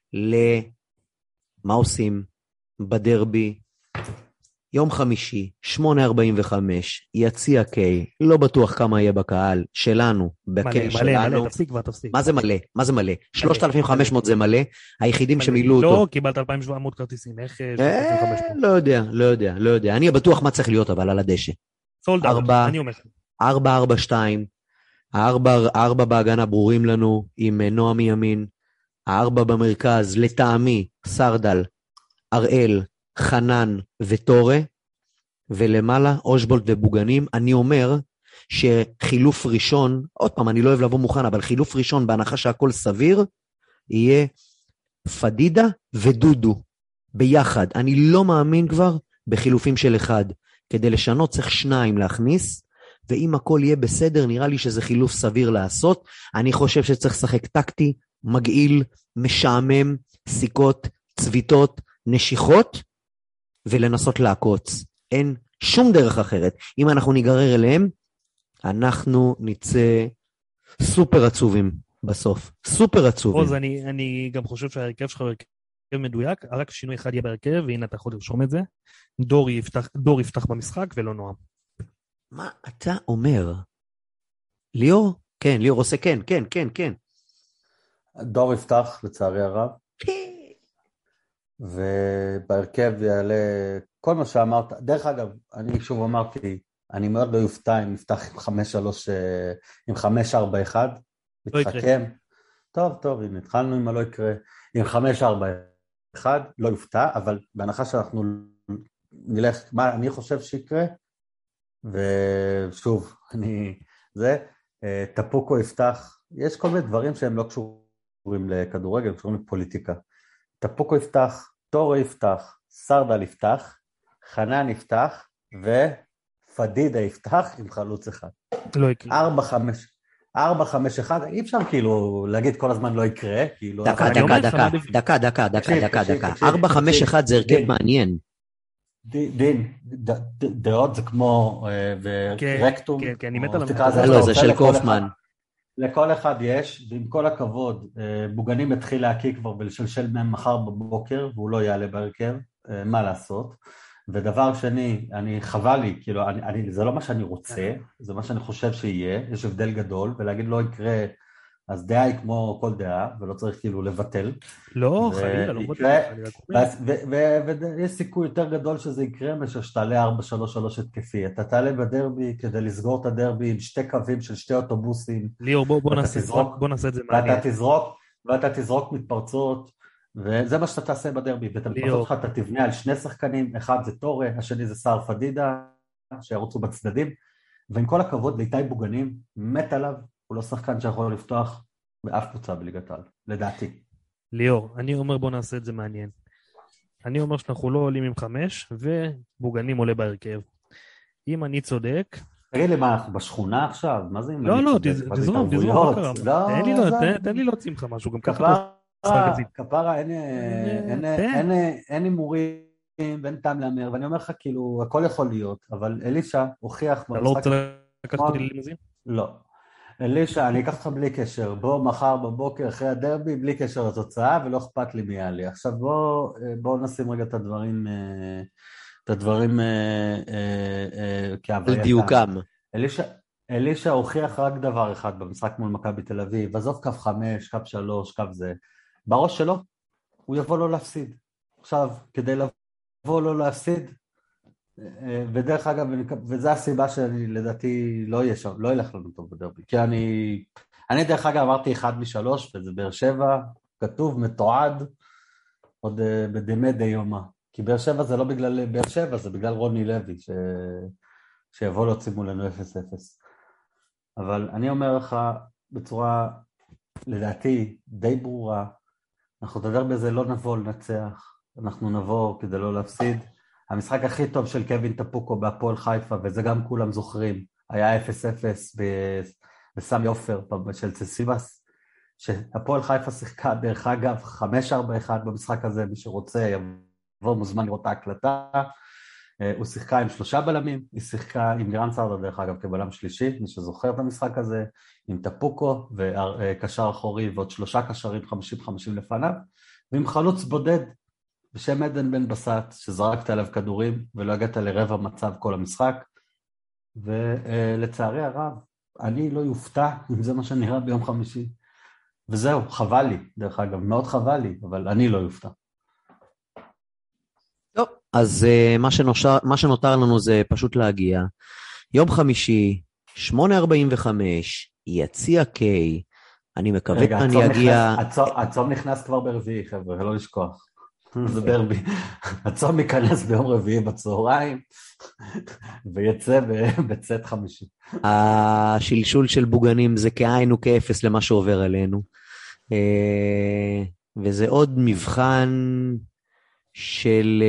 למה עושים בדרבי, יום חמישי, שמונה ארבעים וחמש, יציע קיי, לא בטוח כמה יהיה בקהל שלנו, בקיי שלנו. מלא, מלא, תפסיק כבר, תפסיק. מה זה מלא? מה זה מלא? שלושת אלפים וחמש מאות זה מלא, היחידים שמילאו אותו. לא, קיבלת אלפיים ושבע מאות כרטיסים, איך שלושת אלפים וחמש מאות? לא יודע, לא יודע, לא יודע. אני בטוח מה צריך להיות, אבל על הדשא. סולד, אני אומר. ארבע ארבע שתיים, הארבע בהגנה ברורים לנו, עם נועה מימין, הארבע במרכז, לטעמי, סרדל, אראל, חנן וטורה, ולמעלה אושבולט ובוגנים. אני אומר שחילוף ראשון, עוד פעם, אני לא אוהב לבוא מוכן, אבל חילוף ראשון בהנחה שהכל סביר, יהיה פדידה ודודו ביחד. אני לא מאמין כבר בחילופים של אחד. כדי לשנות צריך שניים להכניס, ואם הכל יהיה בסדר, נראה לי שזה חילוף סביר לעשות. אני חושב שצריך לשחק טקטי, מגעיל, משעמם, סיכות, צביטות, נשיכות, ולנסות לעקוץ. אין שום דרך אחרת. אם אנחנו ניגרר אליהם, אנחנו נצא סופר עצובים בסוף. סופר עצובים. עוז, אני, אני גם חושב שההרכב שלך הרכב מדויק, רק שינוי אחד יהיה בהרכב, והנה אתה יכול לרשום את זה. דור יפתח, דור יפתח במשחק ולא נועם. מה אתה אומר? ליאור? כן, ליאור עושה כן, כן, כן, כן. דור יפתח לצערי הרב. ובהרכב יעלה כל מה שאמרת. דרך אגב, אני שוב אמרתי, אני מאוד לא יופתע אם נפתח עם חמש שלוש, עם חמש ארבע אחד. לא יקרה. טוב, טוב, הנה, התחלנו עם מה לא יקרה. עם חמש ארבע אחד, לא יופתע, אבל בהנחה שאנחנו נלך, מה אני חושב שיקרה, ושוב, אני, זה, טפוקו יפתח, יש כל מיני דברים שהם לא קשורים לכדורגל, קשורים לפוליטיקה. טפוקו יפתח, טורו יפתח, סרדל יפתח, חנן יפתח, ופדידה יפתח עם חלוץ אחד. לא יקרה. ארבע, חמש, ארבע, חמש, אחד, אי אפשר כאילו להגיד כל הזמן לא יקרה, כאילו... דקה, דקה, דקה, דקה, דקה, דקה, דקה, דקה. ארבע, חמש, אחד זה הרכב מעניין. דין, דעות זה כמו רקטום. כן, כן, אני מת על המחקר. לא, זה של קופמן. לכל אחד יש, ועם כל הכבוד, בוגנים התחיל להקיא כבר ולשלשל מהם מחר בבוקר, והוא לא יעלה בהרכב, מה לעשות. ודבר שני, אני חבל לי, כאילו, אני, אני, זה לא מה שאני רוצה, זה מה שאני חושב שיהיה, יש הבדל גדול, ולהגיד לא יקרה, אז דעה היא כמו כל דעה, ולא צריך כאילו לבטל. לא, חלילה, לא מבטל. ויש סיכוי יותר גדול שזה יקרה, מאשר שתעלה ארבע שלוש שלוש התקפי. אתה תעלה בדרבי כדי לסגור את הדרבי עם שתי קווים של שתי אוטובוסים. ליאור, בוא, בוא, נעשה, תזרוק, בוא נעשה את זה מעניין. ואתה תזרוק, ואתה תזרוק מתפרצות, וזה מה שאתה תעשה בדרבי, ואת המתפרצות שלך אתה תבנה על שני שחקנים, אחד זה טורה, השני זה סער פדידה, שירוצו בצדדים, ועם כל הכבוד לאיתי בוגנים, מת עליו, הוא לא שחקן שיכול לפתוח באף קבוצה בליגת העל, לדעתי. ליאור, אני אומר בוא נעשה את זה מעניין. אני אומר שאנחנו לא עולים עם חמש, ובוגנים עולה בהרכב. אם אני צודק... תגיד לי מה, אנחנו בשכונה עכשיו? מה זה אם לא, אני לא, צודק? תזרום, תזרום, מה קרה? תן לי להוציא ממך משהו, גם ככה... כפרה, אין הימורים ואין טעם לאמר, ואני אומר לך כאילו, הכל יכול להיות, אבל אלישע הוכיח... אתה לא רוצה לקחת אותי ללימוזין? לא. אלישע, אני אקח אותך בלי קשר, בוא מחר בבוקר אחרי הדרבי, בלי קשר לתוצאה, ולא אכפת לי מי יעלי. עכשיו בוא נשים רגע את הדברים, את הדברים כהווייתם. לדיוקם. אלישע הוכיח רק דבר אחד במשחק מול מכבי תל אביב, עזוב קו חמש, קו שלוש, קו זה, בראש שלו, הוא יבוא לו להפסיד. עכשיו, כדי לבוא לו להפסיד, ודרך אגב, וזו הסיבה שאני לדעתי לא יהיה שם, לא ילך לנו טוב בדרבי, כי אני, אני דרך אגב אמרתי אחד משלוש, וזה באר שבע, כתוב, מתועד, עוד בדמי די יומה, כי באר שבע זה לא בגלל באר שבע, זה בגלל רוני לוי, ש... שיבוא להוציא מולנו אפס אפס. אבל אני אומר לך בצורה, לדעתי, די ברורה, אנחנו תדבר בזה, לא נבוא לנצח, אנחנו נבוא כדי לא להפסיד. המשחק הכי טוב של קווין טפוקו בהפועל חיפה, וזה גם כולם זוכרים, היה אפס אפס בסמי עופר של צסיבס, שהפועל חיפה שיחקה דרך אגב חמש ארבע אחת במשחק הזה, מי שרוצה יבוא מוזמן לראות את ההקלטה, הוא שיחקה עם שלושה בלמים, היא שיחקה עם גרן סרדר דרך אגב כבלם שלישי, מי שזוכר את המשחק הזה, עם טפוקו וקשר אחורי ועוד שלושה קשרים חמישים חמישים לפניו, ועם חלוץ בודד בשם עדן בן בסט, שזרקת עליו כדורים ולא הגעת לרבע מצב כל המשחק, ולצערי הרב, אני לא יופתע אם זה מה שנראה ביום חמישי, וזהו, חבל לי, דרך אגב, מאוד חבל לי, אבל אני לא יופתע. טוב, אז uh, מה, שנושר, מה שנותר לנו זה פשוט להגיע. יום חמישי, שמונה ארבעים וחמש, יציע קיי, אני מקווה רגע, שאני אגיע... הצום נכנס כבר ברביעי, חבר'ה, לא לשכוח. זה דרבי. הצום ייכנס ביום רביעי בצהריים, ויצא בצאת חמישי. השלשול של בוגנים זה כעין וכאפס למה שעובר עלינו. וזה עוד מבחן של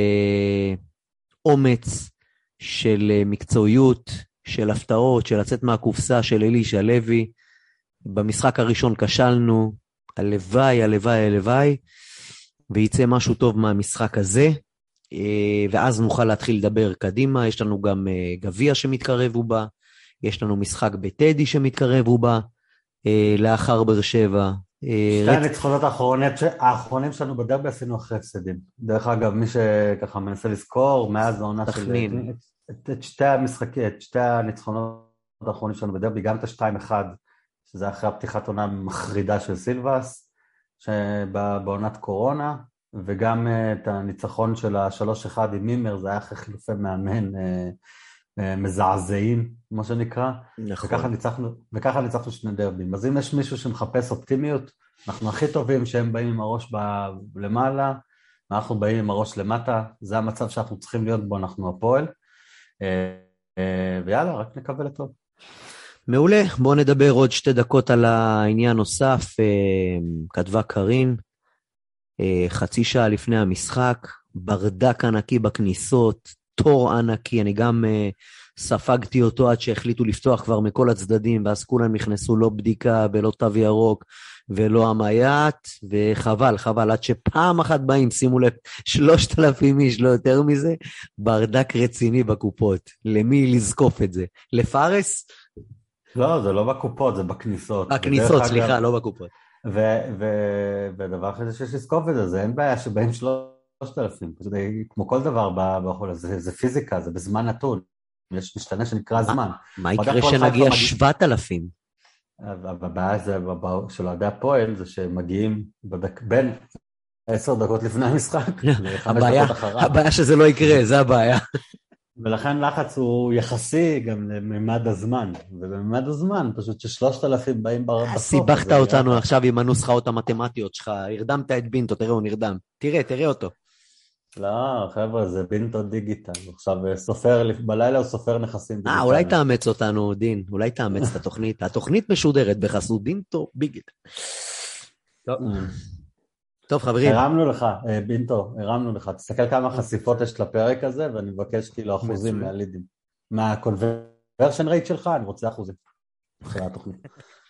אומץ, של מקצועיות, של הפתעות, של לצאת מהקופסה של אלישע לוי. במשחק הראשון כשלנו, הלוואי, הלוואי, הלוואי, וייצא משהו טוב מהמשחק הזה, ואז נוכל להתחיל לדבר קדימה. יש לנו גם גביע שמתקרב ובא, יש לנו משחק בטדי שמתקרב ובא, לאחר באר שבע. שתי הניצחונות האחרונים שלנו בדרבי עשינו אחרי הפסדים. דרך אגב, מי שככה מנסה לזכור, מאז העונה של... את שתי המשחקים, את שתי הניצחונות האחרונים שלנו בדרבי, גם את ה-שתיים אחד, שזה אחרי הפתיחת עונה מחרידה של סילבס, שבעונת קורונה, וגם את הניצחון של ה-שלוש אחד עם מימר, זה היה אחרי חילופי מאמן מזעזעים, מה שנקרא, נכון. וככה ניצחנו, וככה ניצחנו שני דרבים. אז אם יש מישהו שמחפש אופטימיות, אנחנו הכי טובים שהם באים עם הראש ב- למעלה, אנחנו באים עם הראש למטה, זה המצב שאנחנו צריכים להיות בו, אנחנו הפועל, ויאללה, רק נקווה לטוב. מעולה, בואו נדבר עוד שתי דקות על העניין נוסף. כתבה קרין, חצי שעה לפני המשחק, ברדק ענקי בכניסות, תור ענקי, אני גם ספגתי אותו עד שהחליטו לפתוח כבר מכל הצדדים, ואז כולם נכנסו לא בדיקה ולא תו ירוק ולא המייט, וחבל, חבל, עד שפעם אחת באים, שימו לב, שלושת אלפים איש, לא יותר מזה, ברדק רציני בקופות. למי לזקוף את זה? לפארס? לא, זה לא בקופות, זה בכניסות. בכניסות, סליחה, לא בקופות. ודבר אחרי זה שיש לזקוף את זה, זה אין בעיה שבאים שלושת אלפים, כמו כל דבר בחול הזה, זה פיזיקה, זה בזמן נתון, יש משתנה שנקרא זמן. מה יקרה שנגיע שבעת אלפים? הבעיה של אוהדי הפועל, זה שמגיעים בין עשר דקות לפני המשחק, לחמש דקות אחריו. הבעיה שזה לא יקרה, זה הבעיה. ולכן לחץ הוא יחסי גם לממד הזמן, ובממד הזמן פשוט ששלושת אלפים באים בסוף. סיבכת אותנו עכשיו עם הנוסחאות המתמטיות שלך, הרדמת את בינטו, תראה הוא נרדם, תראה, תראה אותו. לא, חבר'ה, זה בינטו דיגיטל, עכשיו סופר, בלילה הוא סופר נכסים דיגיטליים. אה, אולי תאמץ אותנו, דין, אולי תאמץ את התוכנית, התוכנית משודרת בחסות בינטו ביגיטל. טוב. טוב, חברים. הרמנו לך, בינטו, הרמנו לך. תסתכל כמה חשיפות יש לפרק הזה, ואני מבקש כאילו אחוזים מהלידים. מהקונברשן רייט שלך, אני רוצה אחוזים. אחרי התוכנית.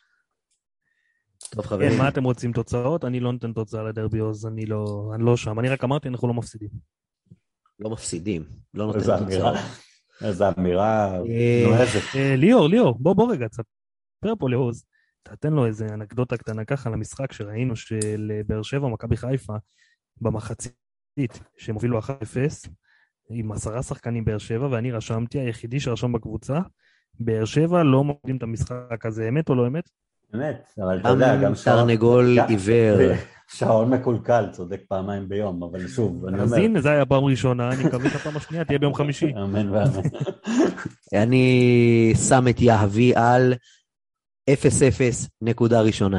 טוב, חברים. מה אתם רוצים תוצאות? אני לא נותן תוצאה לדרבי, אז אני לא שם. אני רק אמרתי, אנחנו לא מפסידים. לא מפסידים. לא נותן תוצאות. איזו אמירה נועזת. ליאור, ליאור, בוא בוא רגע, תספר פה לעוז. תתן לו איזה אנקדוטה קטנה ככה למשחק שראינו של באר שבע, מכבי חיפה, במחצית, שהם הובילו אחת אפס, עם עשרה שחקנים באר שבע, ואני רשמתי, היחידי שרשם בקבוצה, באר שבע לא מובילים את המשחק הזה, אמת או לא אמת? אמת, אבל אתה יודע, גם תרנגול עיוור. שעון מקולקל, צודק פעמיים ביום, אבל שוב, אני אומר. אז הנה, זה היה פעם ראשונה, אני מקווה שהפעם השנייה תהיה ביום חמישי. אמן ואמן. אני שם את יהבי על אפס אפס נקודה ראשונה.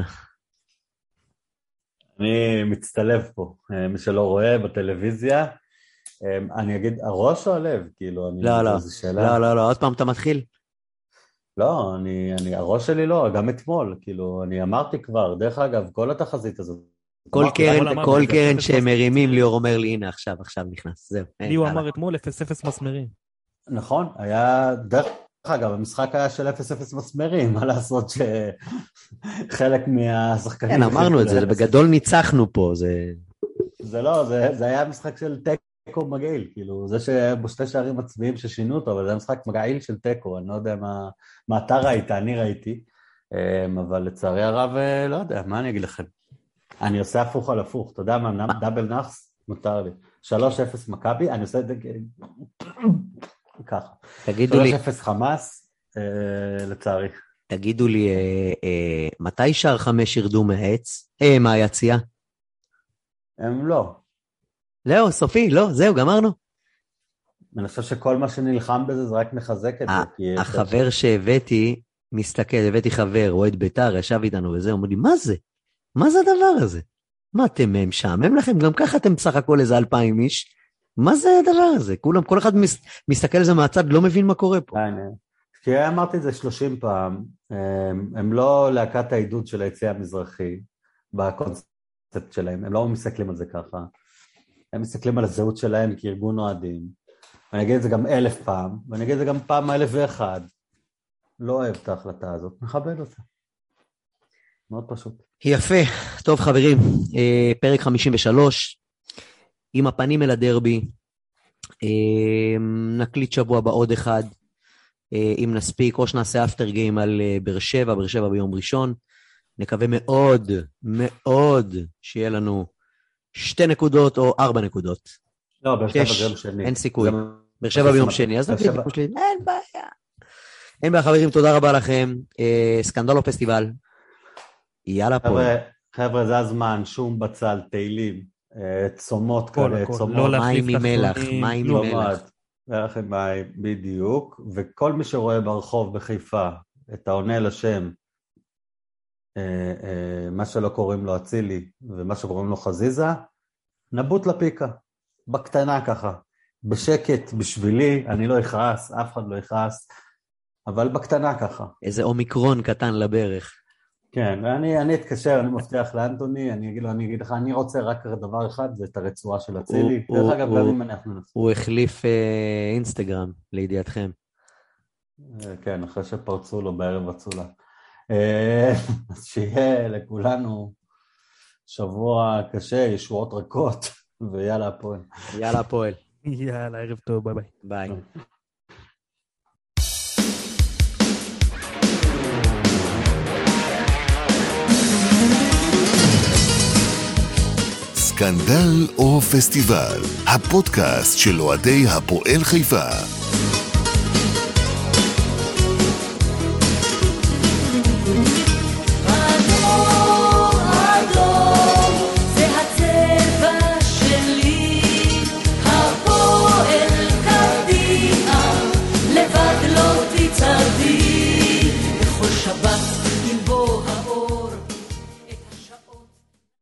אני מצטלב פה, מי שלא רואה בטלוויזיה, אני אגיד, הראש או הלב? כאילו, אני... לא, לא, לא, לא, לא, עוד פעם אתה מתחיל? לא, אני, אני, הראש שלי לא, גם אתמול, כאילו, אני אמרתי כבר, דרך אגב, כל התחזית הזאת. כל קרן, כל קרן שמרימים, ליאור אומר לי, הנה, עכשיו, עכשיו נכנס, זהו. לי הוא אמר אתמול, אפס אפס מסמרים. נכון, היה דרך... אגב, המשחק היה של אפס אפס מסמרים, מה לעשות שחלק מהשחקנים... כן, אמרנו את זה, בגדול ניצחנו פה, זה... זה לא, זה היה משחק של טקו מגעיל, כאילו, זה שבשתי שערים מצביעים ששינו אותו, אבל זה משחק מגעיל של טקו, אני לא יודע מה אתה ראית, אני ראיתי, אבל לצערי הרב, לא יודע, מה אני אגיד לכם? אני עושה הפוך על הפוך, אתה יודע מה, דאבל נחס, מותר לי, שלוש אפס מכבי, אני עושה את זה... ככה. תגידו לי... שלוש אפס חמאס, לצערי. תגידו לי, מתי שער חמש ירדו מהעץ? אה, מהיציאה? הם לא. זהו, סופי, לא, זהו, גמרנו. אני חושב שכל מה שנלחם בזה זה רק מחזק את זה. החבר שהבאתי, מסתכל, הבאתי חבר, אוהד ביתר, ישב איתנו וזה, אומר לי, מה זה? מה זה הדבר הזה? מה אתם משעמם לכם? גם ככה אתם בסך הכל איזה אלפיים איש. מה זה הדבר הזה? כולם, כל אחד מסתכל על זה מהצד, לא מבין מה קורה פה. כי אמרתי את זה שלושים פעם, הם לא להקת העידוד של היציאה המזרחי, בקונספט שלהם, הם לא מסתכלים על זה ככה, הם מסתכלים על הזהות שלהם כארגון אוהדים, ואני אגיד את זה גם אלף פעם, ואני אגיד את זה גם פעם אלף ואחד, לא אוהב את ההחלטה הזאת, מכבד אותה. מאוד פשוט. יפה, טוב חברים, פרק חמישים ושלוש, עם הפנים אל הדרבי, נקליט שבוע בעוד אחד, אם נספיק, או שנעשה אפטר גיים על באר שבע, באר שבע ביום ראשון, נקווה מאוד, מאוד, שיהיה לנו שתי נקודות או ארבע נקודות. לא, באר שבע ביום שני. אין סיכוי, באר שבע ביום שני, אז נקליט ביום שני, אין בעיה. אין בעיה חברים, תודה רבה לכם, סקנדלו פסטיבל, יאללה פה. חבר'ה, זה הזמן, שום בצל, תהילים. צומות כאלה, צומות, מים ממלח, מים ממלח. ולכם מים, בדיוק, וכל מי שרואה ברחוב בחיפה את העונה לשם, מה שלא קוראים לו אצילי, ומה שקוראים לו חזיזה, נבוט לפיקה, בקטנה ככה, בשקט, בשבילי, אני לא יכעס, אף אחד לא יכעס, אבל בקטנה ככה. איזה אומיקרון קטן לברך. כן, ואני אני אתקשר, אני מבטיח לאנטוני, אני אגיד לו, אני אגיד לך, אני רוצה רק דבר אחד, זה את הרצועה של הצילי. דרך אגב, גם אם אנחנו נעשה. הוא החליף אה, אינסטגרם, לידיעתכם. כן, אחרי שפרצו לו בערב הצולה. אז שיהיה לכולנו שבוע קשה, ישועות רכות, ויאללה הפועל. יאללה הפועל. יאללה, ערב טוב, ביי ביי. ביי. סקנדל או פסטיבל, הפודקאסט של אוהדי הפועל חיפה.